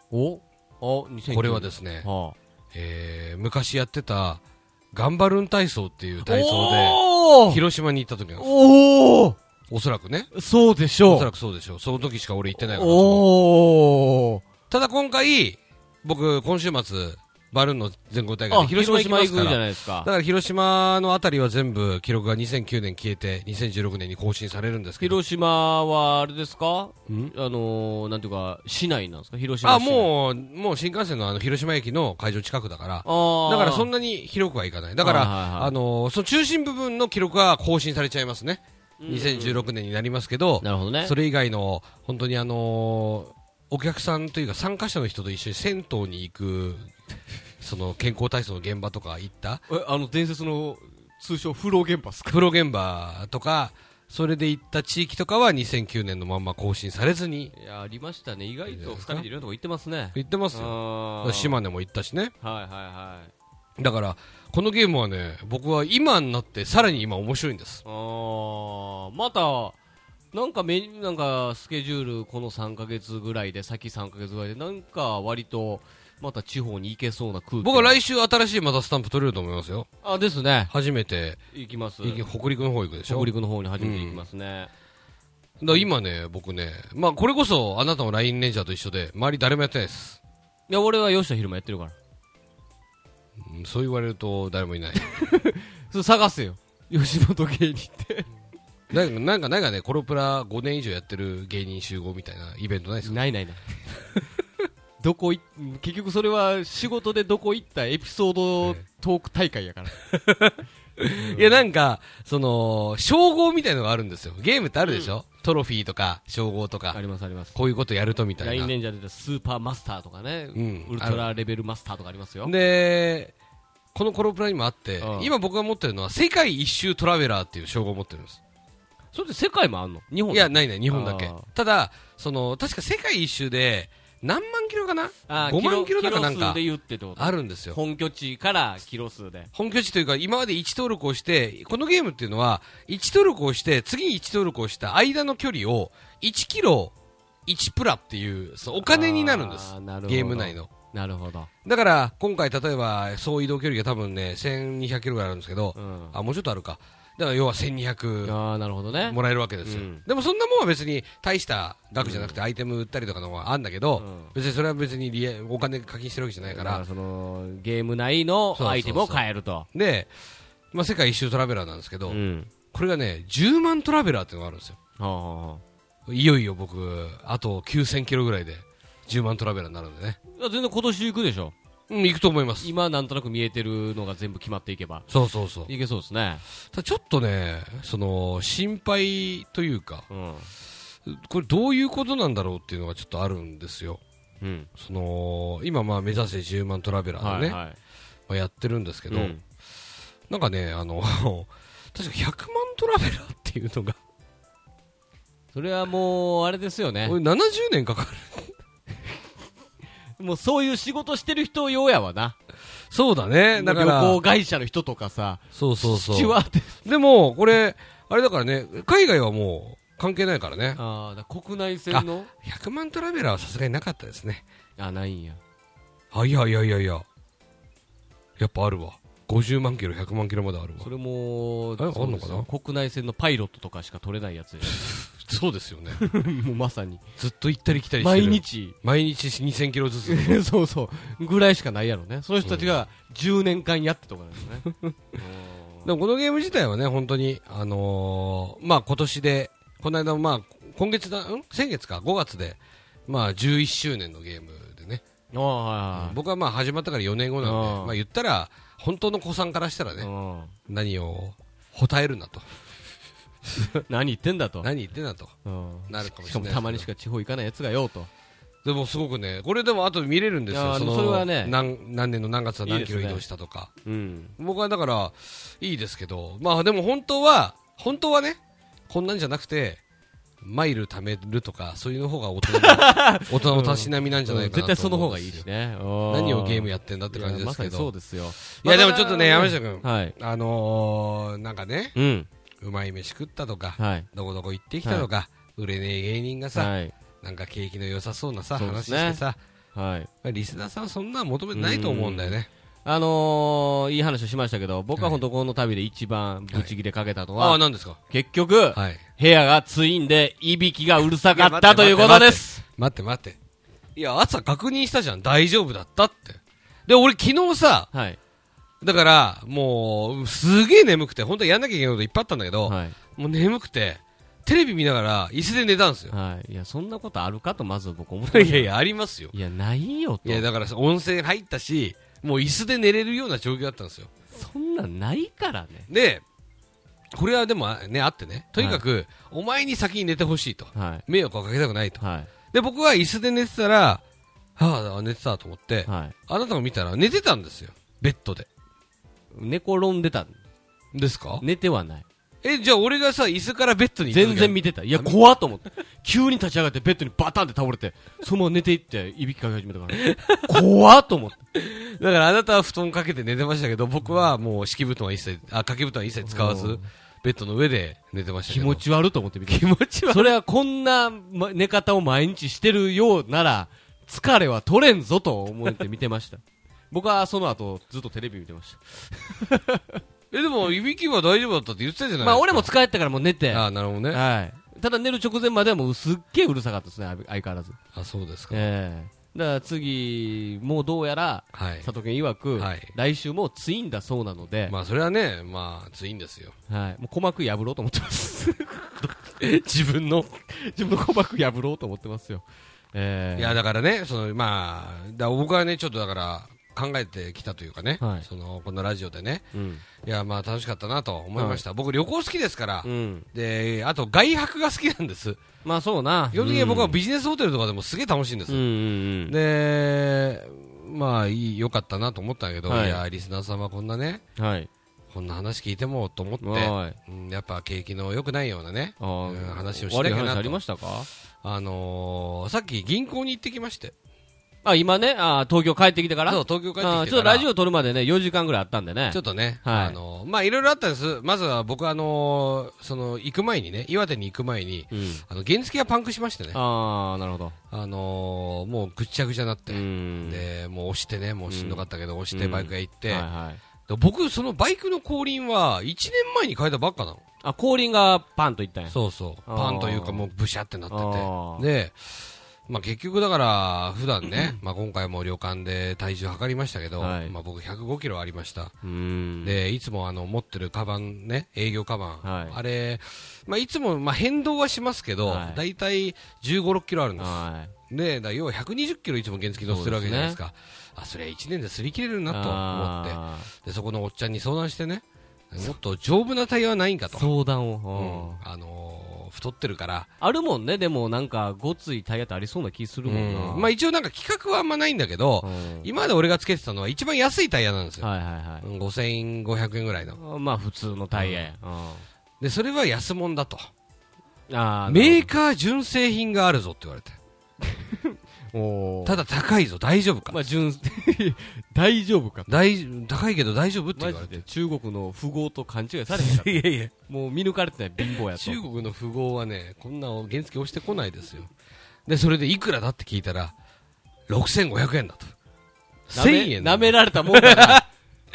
2009 これはですね、 はあ、 昔やってた、ガンバルン体操っていう体操で、広島に行った時なんです。おそらくね。 そうでしょう。 おそらくそうでしょう。その時しか俺行ってないから。ただ今回、僕、今週末、バルーンの全国大会で広島行きますから。 じゃないですか。 だから広島のあたりは全部記録が2009年消えて、2016年に更新されるんですけど。 広島はあれですか？なんていうか、市内なんですか？広島市内。 もう新幹線の広島駅の会場近くだから。だからそんなに広くはいかない。だから、その中心部分の記録は更新されちゃいますね。2016年になりますけど、 なるほどね。 それ以外の、本当にお客さんというか参加者の人と一緒に銭湯に行く、その健康体操の現場とか行った伝説の通称風呂現場ですか？ 風呂現場とか、それで行った地域とかは2009年のまんま更新されずに。 いや、ありましたね。意外と2人でいろんなとこ行ってますね。 行ってますよ。島根も行ったしね。 はいはいはい。 だから、このゲームはね、僕は今になってさらに今面白いんです。 また、なんかスケジュールこの3ヶ月ぐらいで、先3ヶ月ぐらいで、なんか割と、また地方に行けそうな空気。 僕は来週新しいまたスタンプ取れると思いますよ。 ですね。 初めて。 行きます。 北陸の方行くでしょ？ 北陸の方に初めて行きますね。 だから今ね、僕ね、まあこれこそあなたもラインレンジャーと一緒で、周り誰もやってないです。 いや、俺は吉田昼間やってるから。 そう言われると誰もいない。 それ探せよ。吉本芸人って。 なんかね、コロプラ5年以上やってる芸人集合みたいなイベントないですか？ ない。結局それは仕事でどこ行ったエピソードトーク大会やから。 いやなんか、称号みたいのがあるんですよ。ゲームってあるでしょ？トロフィーとか、称号とか。 ありますあります。 こういうことやるとみたいな。 ラインレンジャーでスーパーマスターとかね。ウルトラレベルマスターとかありますよ。 で、このコロプラにもあって、今僕が持ってるのは世界一周トラベラーっていう称号を持ってるんです。 それで世界もあんの？日本？ いや、ない、日本だけ。ただ、確か世界一周で、何万キロかな ?5 万キロだかなんか、あるんですよ。 本拠地からキロ数で。 本拠地というか、今まで1登録をして、このゲームっていうのは、1登録をして、次に1登録をした間の距離を、1キロ1プラっていう、お金になるんです。ゲーム内の。 なるほど。 だから、今回例えば、総移動距離が多分ね、1200キロぐらいあるんですけど、もうちょっとあるか。だから要は1200 なるほどね。 もらえるわけですよ、でもそんなもんは別に大した額じゃなくてアイテム売ったりとかのがあるんだけど、別にそれは別にお金課金してるわけじゃないから、 ゲーム内のアイテムを買えると。 で、世界一周トラベラーなんですけど、これがね、10万トラベラーっていうのがあるんですよ。いよいよ僕、あと9000キロぐらいで10万トラベラーになるんでね。 全然今年行くでしょ。 行くと思います。 今なんとなく見えてるのが全部決まっていけば。 そう。 いけそうですね。 ただちょっとね、心配というか、これどういうことなんだろうっていうのがちょっとあるんですよ。今目指せ10万トラベラーでね、やってるんですけど、なんかね、確か100万トラベラーっていうのが。 それはもう、あれですよね。 これ70年かかる。 もうそういう仕事してる人用やわな。 そうだね。だから。 旅行会社の人とかさ。 そう。 でも、これ、あれだからね、海外はもう関係ないからね。 国内線の 100万トラベラーはさすがになかったですね。 ないんや。 いや。やっぱあるわ。 50万キロ、100万キロまであるわ。 それもあんのかな。 国内線のパイロットとかしか取れないやつそうですよね。 もうまさにずっと行ったり来たりしてる。毎日2000キロずつ。 そうそうぐらいしかないやろね。その人たちが10年間やってとかなんですね。 でもこのゲーム自体はね、本当にまあ今年で、この間まあ今月先月か5月でまあ11周年のゲームでね。僕はまあ始まったから4年後なんで、まあ言ったら本当の子さんからしたらね、何をほたえるなと。 何言ってんだと。 何言ってんだと。なるかもしれない。しかもたまにしか地方行かないやつがよと。 でもすごくね、これでも後で見れるんですよ。 それはね、 何年の何月は何キロ移動したとか。僕はだからいいですけど、まあでも本当はね、こんなんじゃなくてマイル貯めるとかそういうの方が大人のたしなみなんじゃないかなと。 絶対その方がいいしね。 何をゲームやってんだって感じですけど。 そうですよ。 いやでもちょっとね、山下君、 はい、 なんかね、うまい飯食ったとか、どこどこ行ってきたとか、売れねえ芸人がさ、なんか景気の良さそうなさ、話してさ、リスナーさんはそんな求めてないと思うんだよね。 いい話をしましたけど、僕は本当この旅で一番ブチギレかけたのは、 何ですか？ 結局、部屋がツインでいびきがうるさかったということです。 待って。いや、朝確認したじゃん。大丈夫だったって。で、俺昨日さ、だから、もう、すげえ眠くて、本当はやんなきゃいけないこといっぱいあったんだけど、もう眠くて、テレビ見ながら椅子で寝たんですよ。 いや、そんなことあるかとまず僕思ってました。 いや、ありますよ。 いや、ないよと。 いや、だから温泉入ったし、もう椅子で寝れるような状況だったんですよ。 そんなんないからね。 で、これはでもね、あってね、とにかく、お前に先に寝てほしいと。迷惑をかけたくないと。で、僕は椅子で寝てたら、寝てたと思って、あなたが見たら寝てたんですよ。ベッドで。 寝転んでたんですか？ 寝てはない。 じゃあ俺がさ、椅子からベッドに全然見てた。いや、怖っと思って。急に立ち上がってベッドにバタンって倒れて、そのまま寝ていって、いびきかき始めたから。怖っと思って。 だからあなたは布団かけて寝てましたけど、僕はもう敷布団は一切、掛け布団は一切使わず、ベッドの上で寝てましたけど。 気持ち悪いと思って見て。 気持ち悪い。 それはこんな寝方を毎日してるようなら、疲れは取れんぞと思って見てました。僕はその後、ずっとテレビ見てました。 でも、いびきは大丈夫だったって言ってたじゃないですか。 まあ、俺も疲れたからもう寝て。 なるほどね。 ただ寝る直前まではもうすっげえうるさかったですね、相変わらず。 そうですか。 だから次、もうどうやら、佐藤健曰く、来週もツインだそうなので。 まあ、それはね、まあ、ツインですよ。 もう鼓膜破ろうと思ってます。 自分の鼓膜破ろうと思ってますよ。 いや、だからね、まあ、僕はね、ちょっとだから、考えてきたというかね、このラジオでね、いや、まあ楽しかったなと思いました。僕旅行好きですから、で、あと外泊が好きなんです。 まあそうな。 基本的に僕はビジネスホテルとかでもすげえ楽しいんです。で、まあ良かったなと思ったんだけど、いや、リスナー様こんなね、こんな話聞いてもと思って、やっぱ景気の良くないようなね、話をしてるなと。 悪い話ありましたか？ さっき銀行に行ってきまして。 今ね、東京帰ってきてから？ そう、東京帰ってきてから。 ちょっとラジオ撮るまでね、4時間ぐらいあったんでね。 ちょっとね、まあいろいろあったんです。まずは僕行く前にね、岩手に行く前に、原付がパンクしましてね。 なるほど。 もうぐっちゃぐちゃになって、で、もう押してね、もうしんどかったけど、押してバイク屋行って、僕、そのバイクの後輪は1年前に変えたばっかなの。 後輪がパンといったんや。 そうそう。パンというかもうブシャってなってて。で、まあ結局だから普段ね、まあ今回も旅館で体重測りましたけど、まあ僕105キロありました。で、いつも持ってるカバンね、営業カバン、あれ、まあいつもまあ変動はしますけど、だいたい15、6キロあるんです。で、要は120キロいつも原付乗せてるわけじゃないですか。それは1年で擦り切れるなと思って、で、そこのおっちゃんに相談してね、もっと丈夫なタイヤはないんかと。 相談を。 太ってるから。 あるもんね、でもなんか、ごついタイヤってありそうな気するもんな。 まあ一応なんか規格はあんまないんだけど、今まで俺がつけてたのは一番安いタイヤなんですよ。5500円ぐらいの。 まあ普通のタイヤや。 で、それは安物だと。メーカー純正品があるぞって言われて。ただ高いぞ、大丈夫か。 まあ大丈夫か。 高いけど大丈夫って言われて。 中国の富豪と勘違いされへんかった。 いやいや。 もう見抜かれてない貧乏やと。 中国の富豪はね、こんな原付押してこないですよ。で、それでいくらだって聞いたら、6500円だと。1000円。 舐められたもんだな。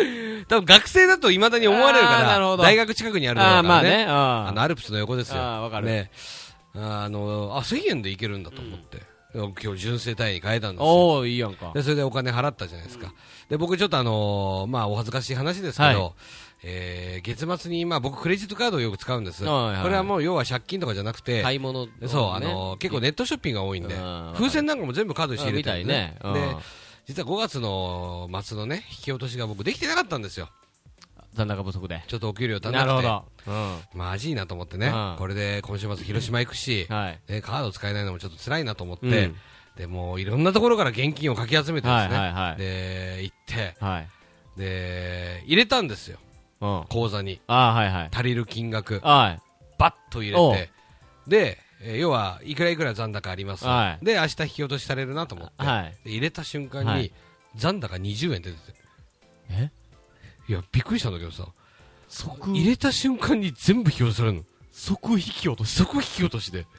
多分学生だと未だに思われるかなるほどら、大学近くにあるのだからね。 まあね。 アルプスの横ですよ。 わかる。 ね。1000円で行けるんだと思って。今日純正タイに変えたんですよ。 おー、いいやんか。 で、それでお金払ったじゃないですか。で、僕ちょっとまあ、お恥ずかしい話ですけど、月末に、まあ僕クレジットカードをよく使うんです。これはもう要は借金とかじゃなくて、 買い物、 そう、結構ネットショッピングが多いんで、風船なんかも全部カードに仕入れてるんで、ね。で、実は5月の末のね、引き落としが僕できてなかったんですよ。 残高不足で。 ちょっとお給料足んなくて。 なるほど。 マジいなと思ってね。これで今週末広島行くし、カード使えないのもちょっと辛いなと思って、で、もういろんなところから現金をかき集めてですね。で、行って、で、入れたんですよ。口座に。足りる金額。バッと入れて。で、要は、いくらいくら残高あります。で、明日引き落としされるなと思って。入れた瞬間に、残高20円出てて。いや、びっくりしたんだけどさ。入れた瞬間に全部引き落とされるの。 即引き落とし。 即引き落としで。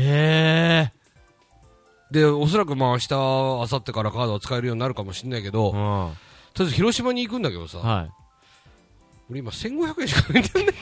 で、おそらくまあ明日、明後日からカードを使えるようになるかもしれないけど、とりあえず広島に行くんだけどさ、俺今1500円しかないんだよね。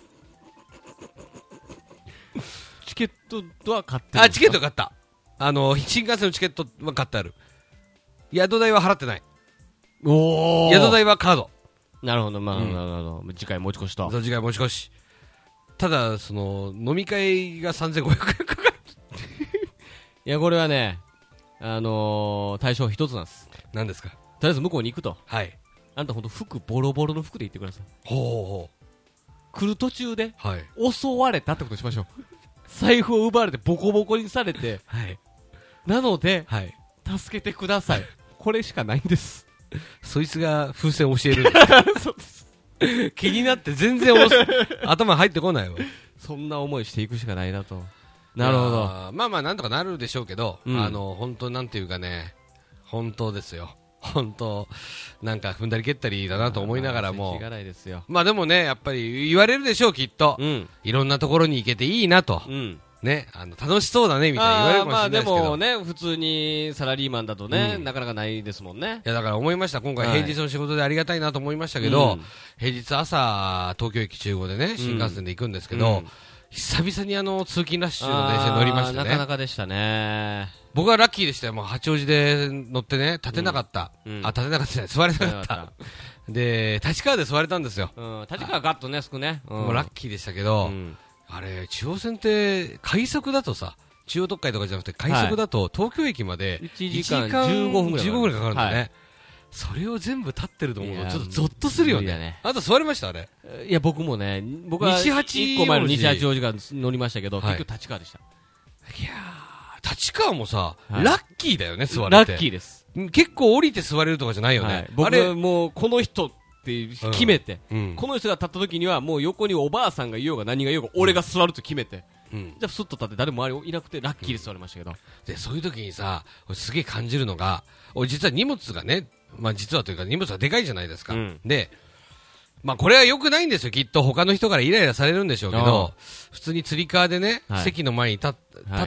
チケットは買ってる。 チケット買った。新幹線のチケットは買ってある。宿代は払ってない。宿代はカード。 なるほど、まあ、なるほど。次回持ち越しと。 次回持ち越し。ただ、飲み会が3500円かかる。 いや、これはね、対象一つなんです。 何ですか？ とりあえず向こうに行くと。 はい。 あんたほんと服、ボロボロの服で行ってください。 ほう。 来る途中で、襲われたってことにしましょう。財布を奪われてボコボコにされて、なので、助けてください。これしかないんです。 そいつが風船教えるんです。そうです。気になって全然頭入ってこないわ。 そんな思いしていくしかないなと。なるほど。 まあまあなんとかなるでしょうけど、本当なんていうかね、本当ですよ。本当なんか踏んだり蹴ったりだなと思いながらも、まあでもね、やっぱり言われるでしょうきっと。いろんなところに行けていいなと。ね、楽しそうだねみたいに言われるかもしれないですけど。 まあでもね、普通にサラリーマンだとね、なかなかないですもんね。 いやだから思いました。今回平日の仕事でありがたいなと思いましたけど、平日朝東京駅集合でね、新幹線で行くんですけど、久々に通勤ラッシュの電車に乗りましたね。 なかなかでしたね。 僕はラッキーでしたよ。もう八王子で乗ってね、立てなかった。立てなかったじゃない、座れなかった。で、立川で座れたんですよ。 立川ガッとね、すくね。 もうラッキーでしたけど、あれ、中央線って快速だとさ、中央特快とかじゃなくて快速だと東京駅まで 1時間15分ぐらいかかるんだよね。それを全部立ってると思うとちょっとゾッとするよね。あと座れましたあれ？ いや僕もね、僕は1個前の西八王子が乗りましたけど、結局立川でした。いやー、立川もさ、ラッキーだよね、座れて。 ラッキーです。 結構降りて座れるとかじゃないよね。 僕はもうこの人って決めて、この人が立った時にはもう横におばあさんがいようが何がいようが俺が座ると決めて、じゃあスッと立って誰もいなくてラッキーで座りましたけど。 で、そういう時にさ、すげえ感じるのが、俺実は荷物がね、まあ実はというか荷物がでかいじゃないですか。で、まあこれは良くないんですよ、きっと他の人からイライラされるんでしょうけど、普通につり革でね、席の前に立って、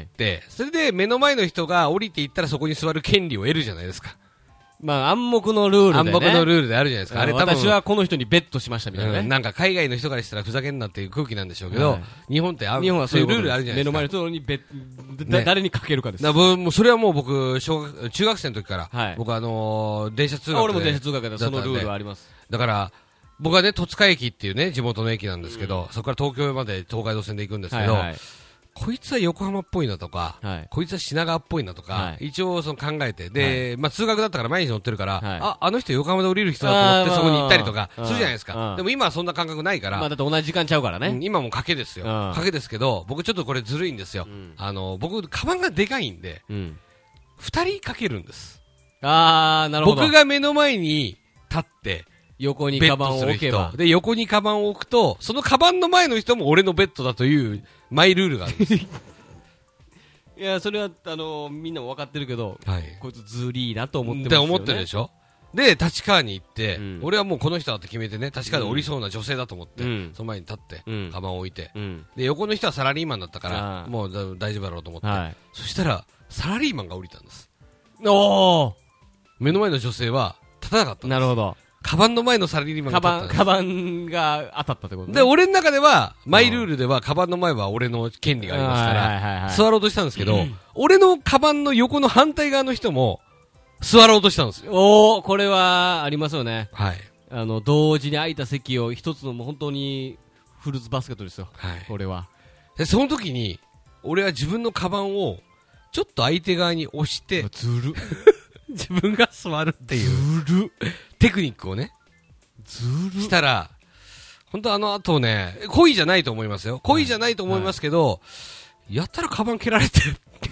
それで目の前の人が降りていったらそこに座る権利を得るじゃないですか。 まあ暗黙のルールでね。 暗黙のルールであるじゃないですか。あれ多分私はこの人にベットしましたみたいなね。 なんか海外の人からしたらふざけんなっていう空気なんでしょうけど、日本ってそういうルールあるじゃないですか。 目の前の人に誰にかけるかです。 それはもう僕、中学生の時から、僕電車通学で。 俺も電車通学でそのルールはあります。 だから、僕はね、戸塚駅っていうね、地元の駅なんですけど、そこから東京まで東海道線で行くんですけど、こいつは横浜っぽいなとか、こいつは品川っぽいなとか、一応考えて、で、まあ通学だったから毎日乗ってるから、あの人横浜で降りる人だと思ってそこに行ったりとか、するじゃないですか。でも今はそんな感覚ないから。 まあだって同じ時間ちゃうからね。 今も賭けですよ。賭けですけど、僕ちょっとこれずるいんですよ。僕、カバンがでかいんで、二人かけるんです。 なるほど。 僕が目の前に立って、 横にカバンを置けば。 で、横にカバンを置くと、そのカバンの前の人も俺のベッドだというマイルールがあるんです。 いや、それは、みんなも分かってるけど、こいつずりーなと思ってますよね。 思ってるでしょ？で、立川に行って、俺はもうこの人だと決めてね、立川で降りそうな女性だと思って、その前に立って、カバンを置いて、で、横の人はサラリーマンだったから、もう大丈夫だろうと思って、そしたら、サラリーマンが降りたんです。目の前の女性は立たなかったんです。 なるほど。 カバンの前のサラリーマンが取ったんです。 カバンが当たったってことね。 で、俺の中では、マイルールでは、カバンの前は俺の権利がありますから、座ろうとしたんですけど、俺のカバンの横の反対側の人も、座ろうとしたんですよ。 おー、これは、ありますよね。 はい。 同時に空いた席を一つのもう本当に、フルーツバスケットですよ。 はい。 これは。 で、その時に、俺は自分のカバンを、ちょっと相手側に押して、 ずる。 自分が座るっていう、ずる。テクニックをね、 ずる。 したら、本当あの後ね、故意じゃないと思いますよ。故意じゃないと思いますけど、やったらカバン蹴られて。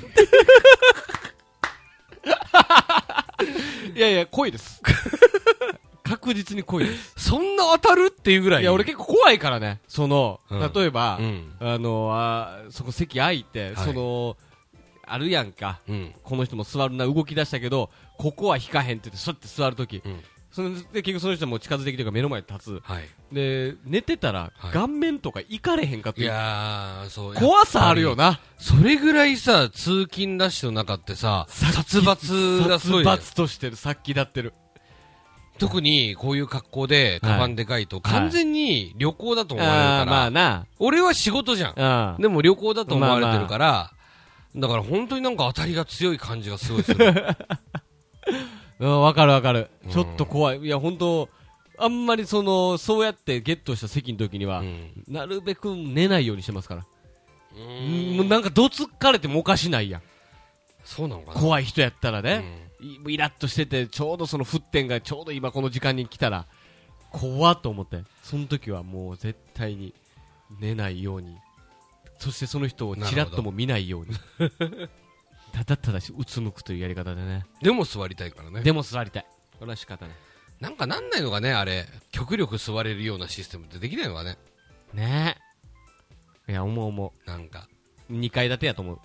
いやいや、恋です。確実に恋です。 そんな当たるっていうぐらい。 いや、俺結構怖いからね。例えば、そこ席空いて、あるやんか、この人も座るな、動き出したけど、ここは引かへんって言って、そって座るとき、で結局その人も近づいてきてから目の前に立つ、で寝てたら、顔面とかいかれへんかって、 いやー、そう怖さあるよな。 それぐらいさ、通勤ラッシュの中ってさ、殺伐がすごい、 殺伐としてる、さっきだってる。 特にこういう格好でカバンでかいと、完全に旅行だと思われるから、 まあな、 俺は仕事じゃん。でも旅行だと思われてるから、だから本当になんか当たりが強い感じがすごいする。 わかるわかる。ちょっと怖い。いや、本当あんまりそうやってゲットした席の時には、なるべく寝ないようにしてますから。もうなんかどつかれてもおかしないやん。 そうなのかな。 怖い人やったらね、イラッとしてて、ちょうどその沸点がちょうど今この時間に来たら、怖っと思って、その時はもう絶対に寝ないように。そしてその人をちらっとも見ないように。ただただうつむくというやり方でね。 でも座りたいからね。 でも座りたい。これは仕方ない。 なんかなんないのかね、あれ。極力座れるようなシステムってできないのかね。 ねえ。いや、思う。 なんか。 2階建てやと思う。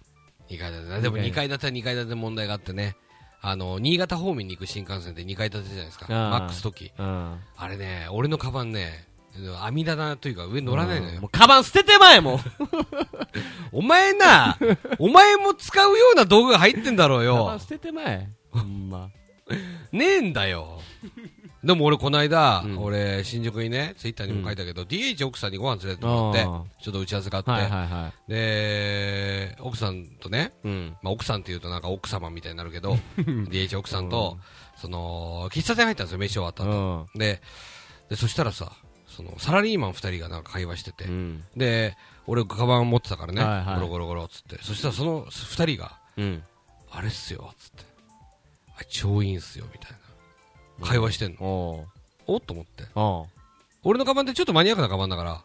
2階建てね。でも2階建ては2階建てで問題があってね。新潟方面に行く新幹線で2階建てじゃないですか。マックス時。あれね、俺のカバンね、網棚というか上乗らないのよ。 もうカバン捨ててまえもう。 お前も使うような道具が入ってんだろうよ。 カバン捨ててまえ。ほんま。 ねえんだよ。でも俺この間、俺新宿にね、ツイッターにも書いたけど、DH 奥さんにご飯連れてもらって、ちょっと打ち合わせがあって、で、奥さんとね、まあ奥さんって言うとなんか奥様みたいになるけど、DH 奥さんと、喫茶店入ったんですよ、飯終わった後。で、そしたらさ、サラリーマン2人がなんか会話してて、で、俺カバン持ってたからね、ゴロゴロゴロっつって、そしたらその2人が、あれっすよ、つって、あれ超いいんすよ、みたいな会話してんの。おっと思って。俺のカバンってちょっとマニアックなカバンだから、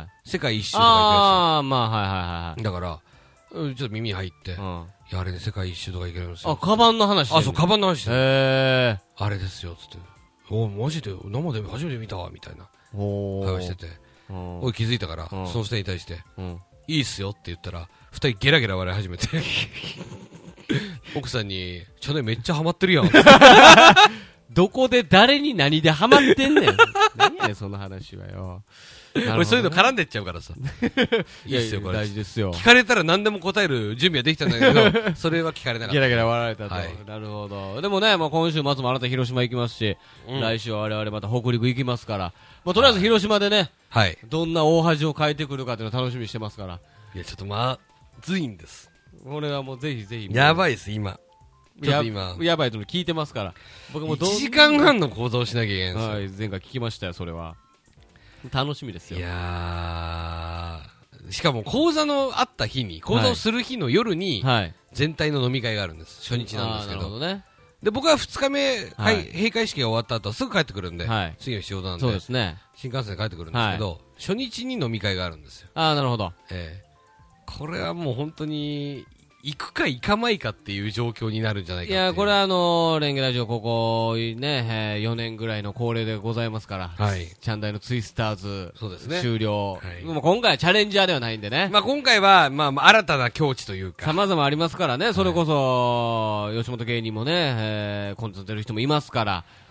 世界一周とか行くやつ。 まあだから、ちょっと耳入って、いや、あれね、世界一周とか行けるんですよ。 カバンの話してんの？ そう、カバンの話してる。あれですよ、つって。マジで、生で初めて見たわ、みたいな。会話してて、俺気づいたから、その二人に対して、いいっすよって言ったら、二人ゲラゲラ笑い始めて、奥さんに、ちょねめっちゃハマってるやん。 どこで誰に何でハマってんねん。何やねん、その話はよ。 俺そういうの絡んでっちゃうからさ。いいっすよ、これ。 大事ですよ。 聞かれたら何でも答える準備はできたんだけど、それは聞かれなかった。 ゲラゲラ笑われたと。なるほど。でもね、今週末もあなた広島行きますし、来週は我々また北陸行きますから、とりあえず広島でね、どんな大恥を変えてくるかっていうのを楽しみにしてますから。 いや、ちょっとまずいんです。 俺はもうぜひぜひ。 やばいです、今。ちょっと今。 やばいとの聞いてますから。僕も 1時間半の行動しなきゃいけないんですよ。 はい、前回聞きましたよ、それは。楽しみですよ。 いやー、しかも講座のあった日に、講座をする日の夜に、全体の飲み会があるんです。初日なんですけど。 なるほどね。 で、僕は2日目、閉会式が終わった後すぐ帰ってくるんで、次の仕事なんで、 そうですね。 新幹線で帰ってくるんですけど、初日に飲み会があるんですよ。 なるほど。 これはもう本当に、行くか行かないかっていう状況になるんじゃないかっていう。 いや、これはレンゲラジオここね、4年ぐらいの恒例でございますから、チャンダイのツイスターズ、 そうですね。 終了。もう今回はチャレンジャーではないんでね。 今回は、新たな境地というか。 様々ありますからね、それこそ、吉本芸人もね、コント出る人もいますから、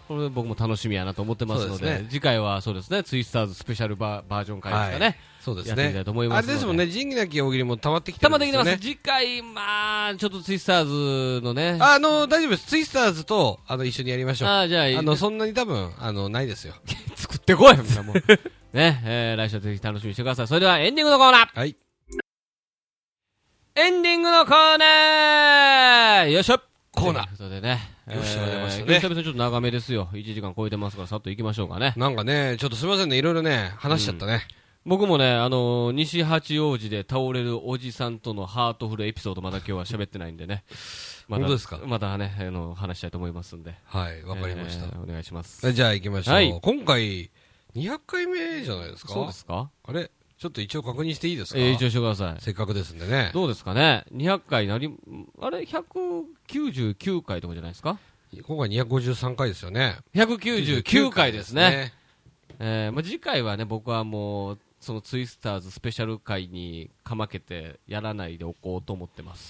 これ僕も楽しみやなと思ってますので、 そうですね次回はそうですね、ツイスターズスペシャルバージョン会ですかね。 はい、そうですやってみたね。 いと思いますので。 あれですもんね、仁義なき大喜利も溜まってきてるんですよね。 溜まってきてます。次回、まあ、ちょっとツイスターズのね。 大丈夫です。ツイスターズと、一緒にやりましょう。 じゃあ、 そんなに多分、ないですよ。 作ってこいみんなもう。ね、来週ぜひ楽しみにしてください。それではエンディングのコーナー。 はい。 エンディングのコーナーよいしょコーナー。 ということでね。 よし、出ましたね。 久々にちょっと長めですよ。1時間超えてますから、さっと行きましょうかね。 なんかね、ちょっとすみませんね、いろいろね、話しちゃったね。 僕もね、西八王子で倒れるおじさんとのハートフルエピソードまだ今日は喋ってないんでね。 本当ですか？ またね、話したいと思いますんで。 はい、わかりました。 お願いします。 じゃあ行きましょう。 はい、 今回、200回目じゃないですか？ そうですか？ あれちょっと一応確認していいですか？ 一応してください。 せっかくですんでね。 どうですかね？ 200 回あれ 199 回とかじゃないですか？ 今回253回ですよね。 199回ですね。次回はね、僕はもう、そのツイスターズスペシャル回にかまけてやらないでおこうと思ってます。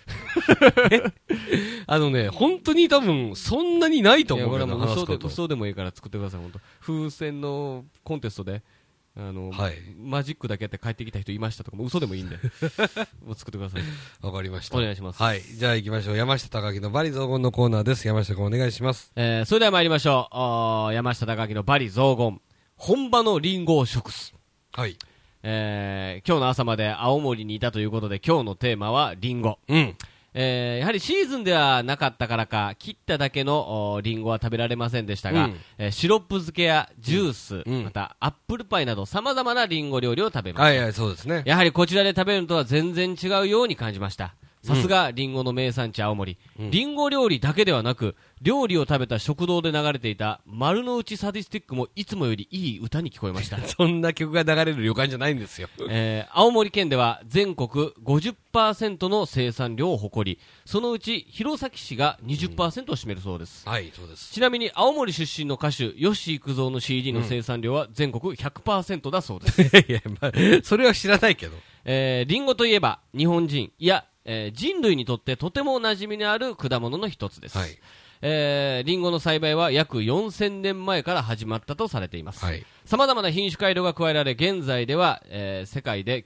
本当に多分、そんなにないと思うけど、 嘘でもいいから作ってください、本当。風船のコンテストで、 はい、 マジックだけやって帰ってきた人いましたとかも嘘でもいいんで、もう作ってください。 わかりました。 お願いします。 はい。じゃあ行きましょう。山下隆明のバリ雑言のコーナーです。山下君お願いします。 それでは参りましょう。山下隆明のバリ雑言。本場のリンゴを食す。 はい。 今日の朝まで青森にいたということで、今日のテーマはリンゴ。 うん。 やはりシーズンではなかったからか、切っただけのリンゴは食べられませんでしたが、シロップ漬けやジュース、またアップルパイなど様々なリンゴ料理を食べました。 はいはい、そうですね。 やはりこちらで食べるのとは全然違うように感じました。さすがリンゴの名産地青森、リンゴ料理だけではなく、料理を食べた食堂で流れていた丸の内サディスティックもいつもよりいい歌に聞こえましたそんな曲が流れる旅館じゃないんですよ青森県では全国 50% の生産量を誇り、そのうち弘前市が 20% を占めるそうです、 はい、そうです。 ちなみに青森出身の歌手吉幾三の CD の生産量は全国 100% だそうです、 いや、それは知らないけど、 リンゴといえば日本人いや人類にとってとても馴染みのある果物の一つです、はい。リンゴの栽培は約4000年前から始まったとされています。さまざまな品種改良が加えられ、現在では、世界で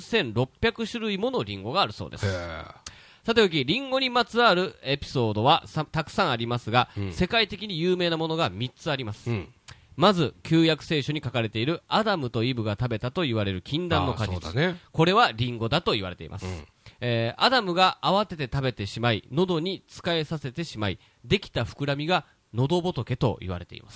9600種類ものリンゴがあるそうです。さておき、リンゴにまつわるエピソードはたくさんありますが、世界的に有名なものが3つあります。まず旧約聖書に書かれているアダムとイブが食べたと言われる禁断の果実、これはリンゴだと言われています、アダムが慌てて食べてしまい喉に使えさせてしまいできた膨らみが喉仏と言われています。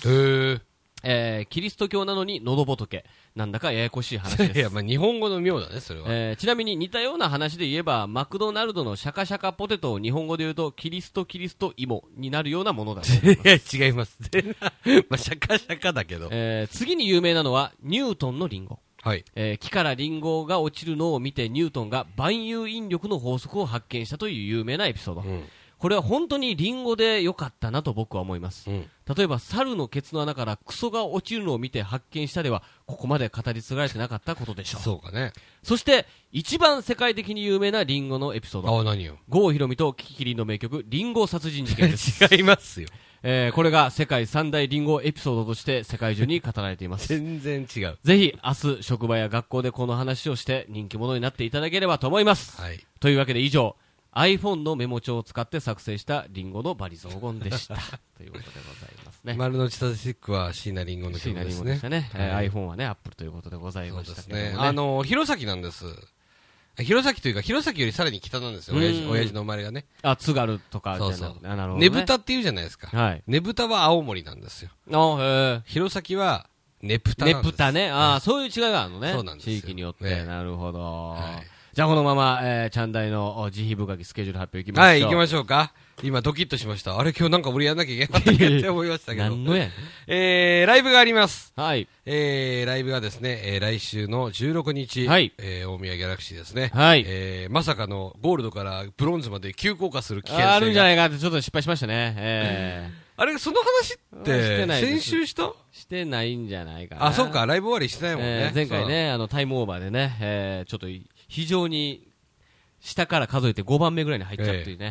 キリスト教なのに喉仏、なんだかややこしい話です。 いや、日本語の妙だね、それは。 ちなみに似たような話で言えばマクドナルドのシャカシャカポテトを日本語で言うとキリスト芋になるようなものだと思います。 いや違いますシャカシャカだけど、 次に有名なのはニュートンのリンゴ、木からリンゴが落ちるのを見てニュートンが万有引力の法則を発見したという有名なエピソード、これは本当にリンゴで良かったなと僕は思います、例えば猿のケツの穴からクソが落ちるのを見て発見したではここまで語り継がれてなかったことでしょう。 そうかね。 そして一番世界的に有名なリンゴのエピソード、 何よ。 郷ひろみとキキリンの名曲リンゴ殺人事件です違いますよ、 これが世界三大リンゴエピソードとして世界中に語られています全然違う。 ぜひ明日職場や学校でこの話をして人気者になっていただければと思います、というわけで以上iPhone のメモ帳を使って作成したリンゴのバリ雑言でしたということでございますね。 丸の内サディスティックは椎名林檎の曲ですね。 でしたね、iPhone はねアップルということでございましたけどね。 弘前なんです。弘前というか弘前よりさらに北なんですよ、親父の生まれがね。 津軽とかじゃなくて、 そうそう、ねぶたっていうじゃないですか、ねぶたは青森なんですよ。弘前はねぷたなんです。 ねぷたね、そういう違いがあるのね。そうなんですよ、地域によって、なるほど、じゃあこのまま、チャンダイの慈悲深きスケジュール発表いきましょう。 はい、行きましょうか。今ドキッとしました。あれ今日なんか俺やんなきゃいけなかったっけって思いましたけど。 何のやライブがあります。 はい。 ライブがですね、来週の16日、 はい。 大宮ギャラクシーですね。 はい。 まさかのゴールドからブロンズまで急降下する危険性があるんじゃないかってちょっと失敗しましたね。 あれ、その話って先週してないんじゃないかな。 そうか、ライブ終わりしてないもんね。 前回ね、タイムオーバーでね、ちょっと非常に下から数えて5番目ぐらいに入っちゃうっていうね。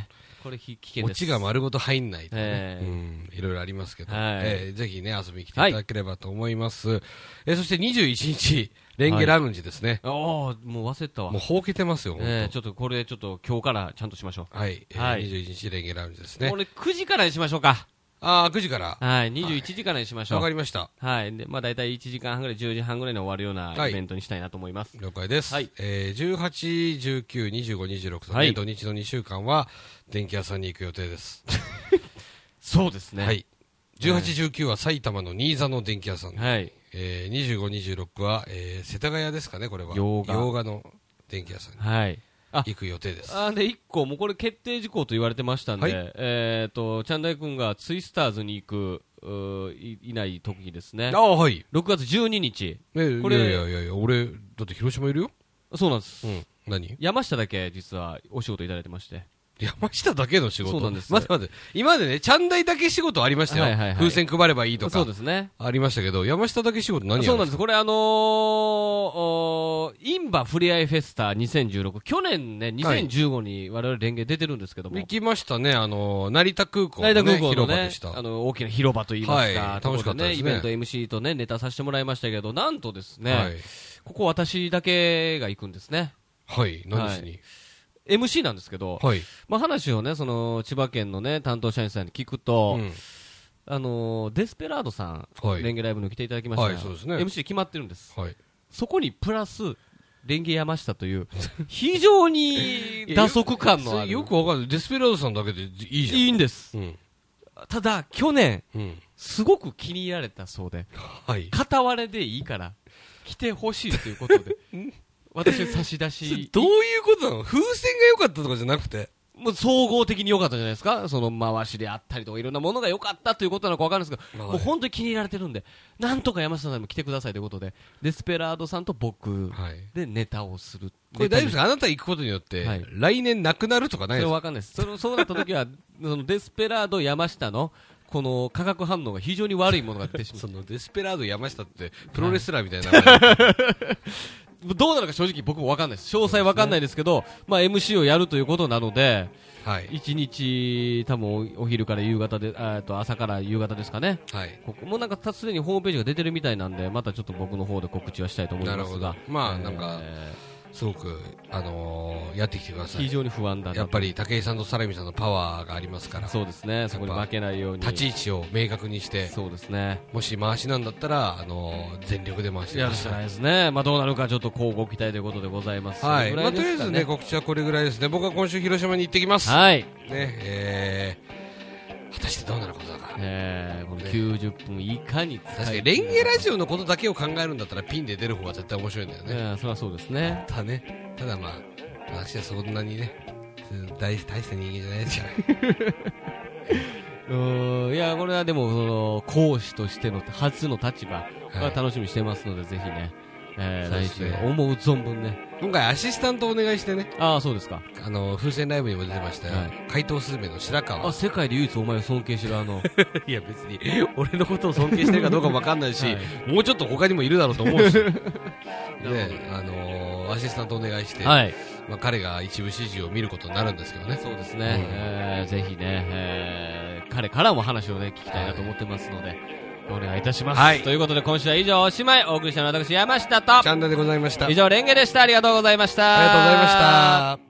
これ危険です。 オチが丸ごと入んないとね、いろいろありますけど、ぜひね、遊びに来ていただければと思います。そして21日、レンゲラウンジですね。 もう忘れたわ。 もうほうけてますよ、 ちょっとこれ、今日からちゃんとしましょう。 はい。21日レンゲラウンジですね。 これ9時からにしましょうか。 9時から。 はい、21時からにしましょう。 わかりました。 はい。で、まあ大体1時間半ぐらい、10時半ぐらいに終わるようなイベントにしたいなと思います。 了解です。 はい。 18、19、25、26とね、土日の2週間は、電気屋さんに行く予定です。 そうですね。 はい。18、19は埼玉の新座の電気屋さん。 はい。 25、26は、世田谷ですかね、これは。洋画の電気屋さんに。はい。行く予定です。 で、1個、もうこれ決定事項と言われてましたんで、チャンダイ君がツイスターズに行く、いない時ですね。 はい。 6月12日。 これ、いや、俺、だって広島いるよ。 そうなんです。 何？ 山下だけ実はお仕事いただいてまして。 山下だけの仕事。 そうなんです。 待って。今までね、チャンダイだけ仕事ありましたよ。風船配ればいいとか。 そうですね。 ありましたけど、山下だけ仕事何やるんですか？ そうなんです。これインバふれあいフェスタ2016。去年ね、2015に我々連携出てるんですけども。 行きましたね、成田空港のね、 広場でした。 大きな広場といいますか。 楽しかったですね。 イベント MC とね、ネタさせてもらいましたけど、なんとですね、ここ私だけが行くんですね。 はい、何しに MC なんですけど、まあ話をね、その千葉県のね、担当社員さんに聞くと、デスペラードさん、レンゲライブに来ていただきましたが、MC 決まってるんです。そこにプラス、レンゲ山下という、非常に打足感のある。 よくわかんない。デスペラードさんだけでいいじゃん。 いいんです。ただ、去年、すごく気に入られたそうで、片割れでいいから、来てほしいということで、私差し出し。 どういうことなの？風船が良かったとかじゃなくて？ もう総合的に良かったじゃないですか。その回しであったりとかいろんなものが良かったということなのか分かるんですけど、もう本当に気に入られてるんで、なんとか山下さんにも来てくださいということで、デスペラードさんと僕でネタをする。 これ大丈夫ですか？あなた行くことによって、来年なくなるとかないですか？ それは分かんないです。そうなった時は、そのデスペラード山下のこの化学反応が非常に悪いものが出てしまう。 そのデスペラード山下ってプロレスラーみたいな。 どうなるか正直僕も分かんないです。詳細分かんないですけど、まあ MC をやるということなので、1日多分お昼から夕方で、朝から夕方ですかね。ここもなんかすでにホームページが出てるみたいなんで、またちょっと僕の方で告知はしたいと思いますが。 まあなんか、すごく、やってきてください。 非常に不安だな。 やっぱり武井さんとサラミさんのパワーがありますから。 そうですね。そこに負けないように。 立ち位置を明確にして。 そうですね。 もし回しなんだったら、全力で回してください。 やるしかないですね。まあどうなるかちょっとこうご期待ということでございます。 はい。まあとりあえずね、告知はこれぐらいですね。僕は今週広島に行ってきます。 はい。 ね、果たしてどうなることだか。 この90分いかに確かにレンゲラジオのことだけを考えるんだったらピンで出る方が絶対面白いんだよね。 そりゃそうですね。 ただまあ、私はそんなにね、大した人間じゃないですから。 いや、これはでも、その、講師としての初の立場は楽しみにしてますので、ぜひね、来週思う存分ね。 今回アシスタントお願いしてね。 ああ、そうですか。 風船ライブにも出てましたよ。怪盗スズメの白川。 世界で唯一お前を尊敬してるいや別に、俺のことを尊敬してるかどうかもわかんないし、もうちょっと他にもいるだろうと思うし。で、アシスタントお願いして、まあ彼が一部指示を見ることになるんですけどね。 そうですね。ぜひね、彼からも話をね、聞きたいなと思ってますので、お願いいたします。ということで今週は以上おしまい。お送りしたのは私山下とチャンダでございました。 以上レンゲでした。ありがとうございました。 ありがとうございました。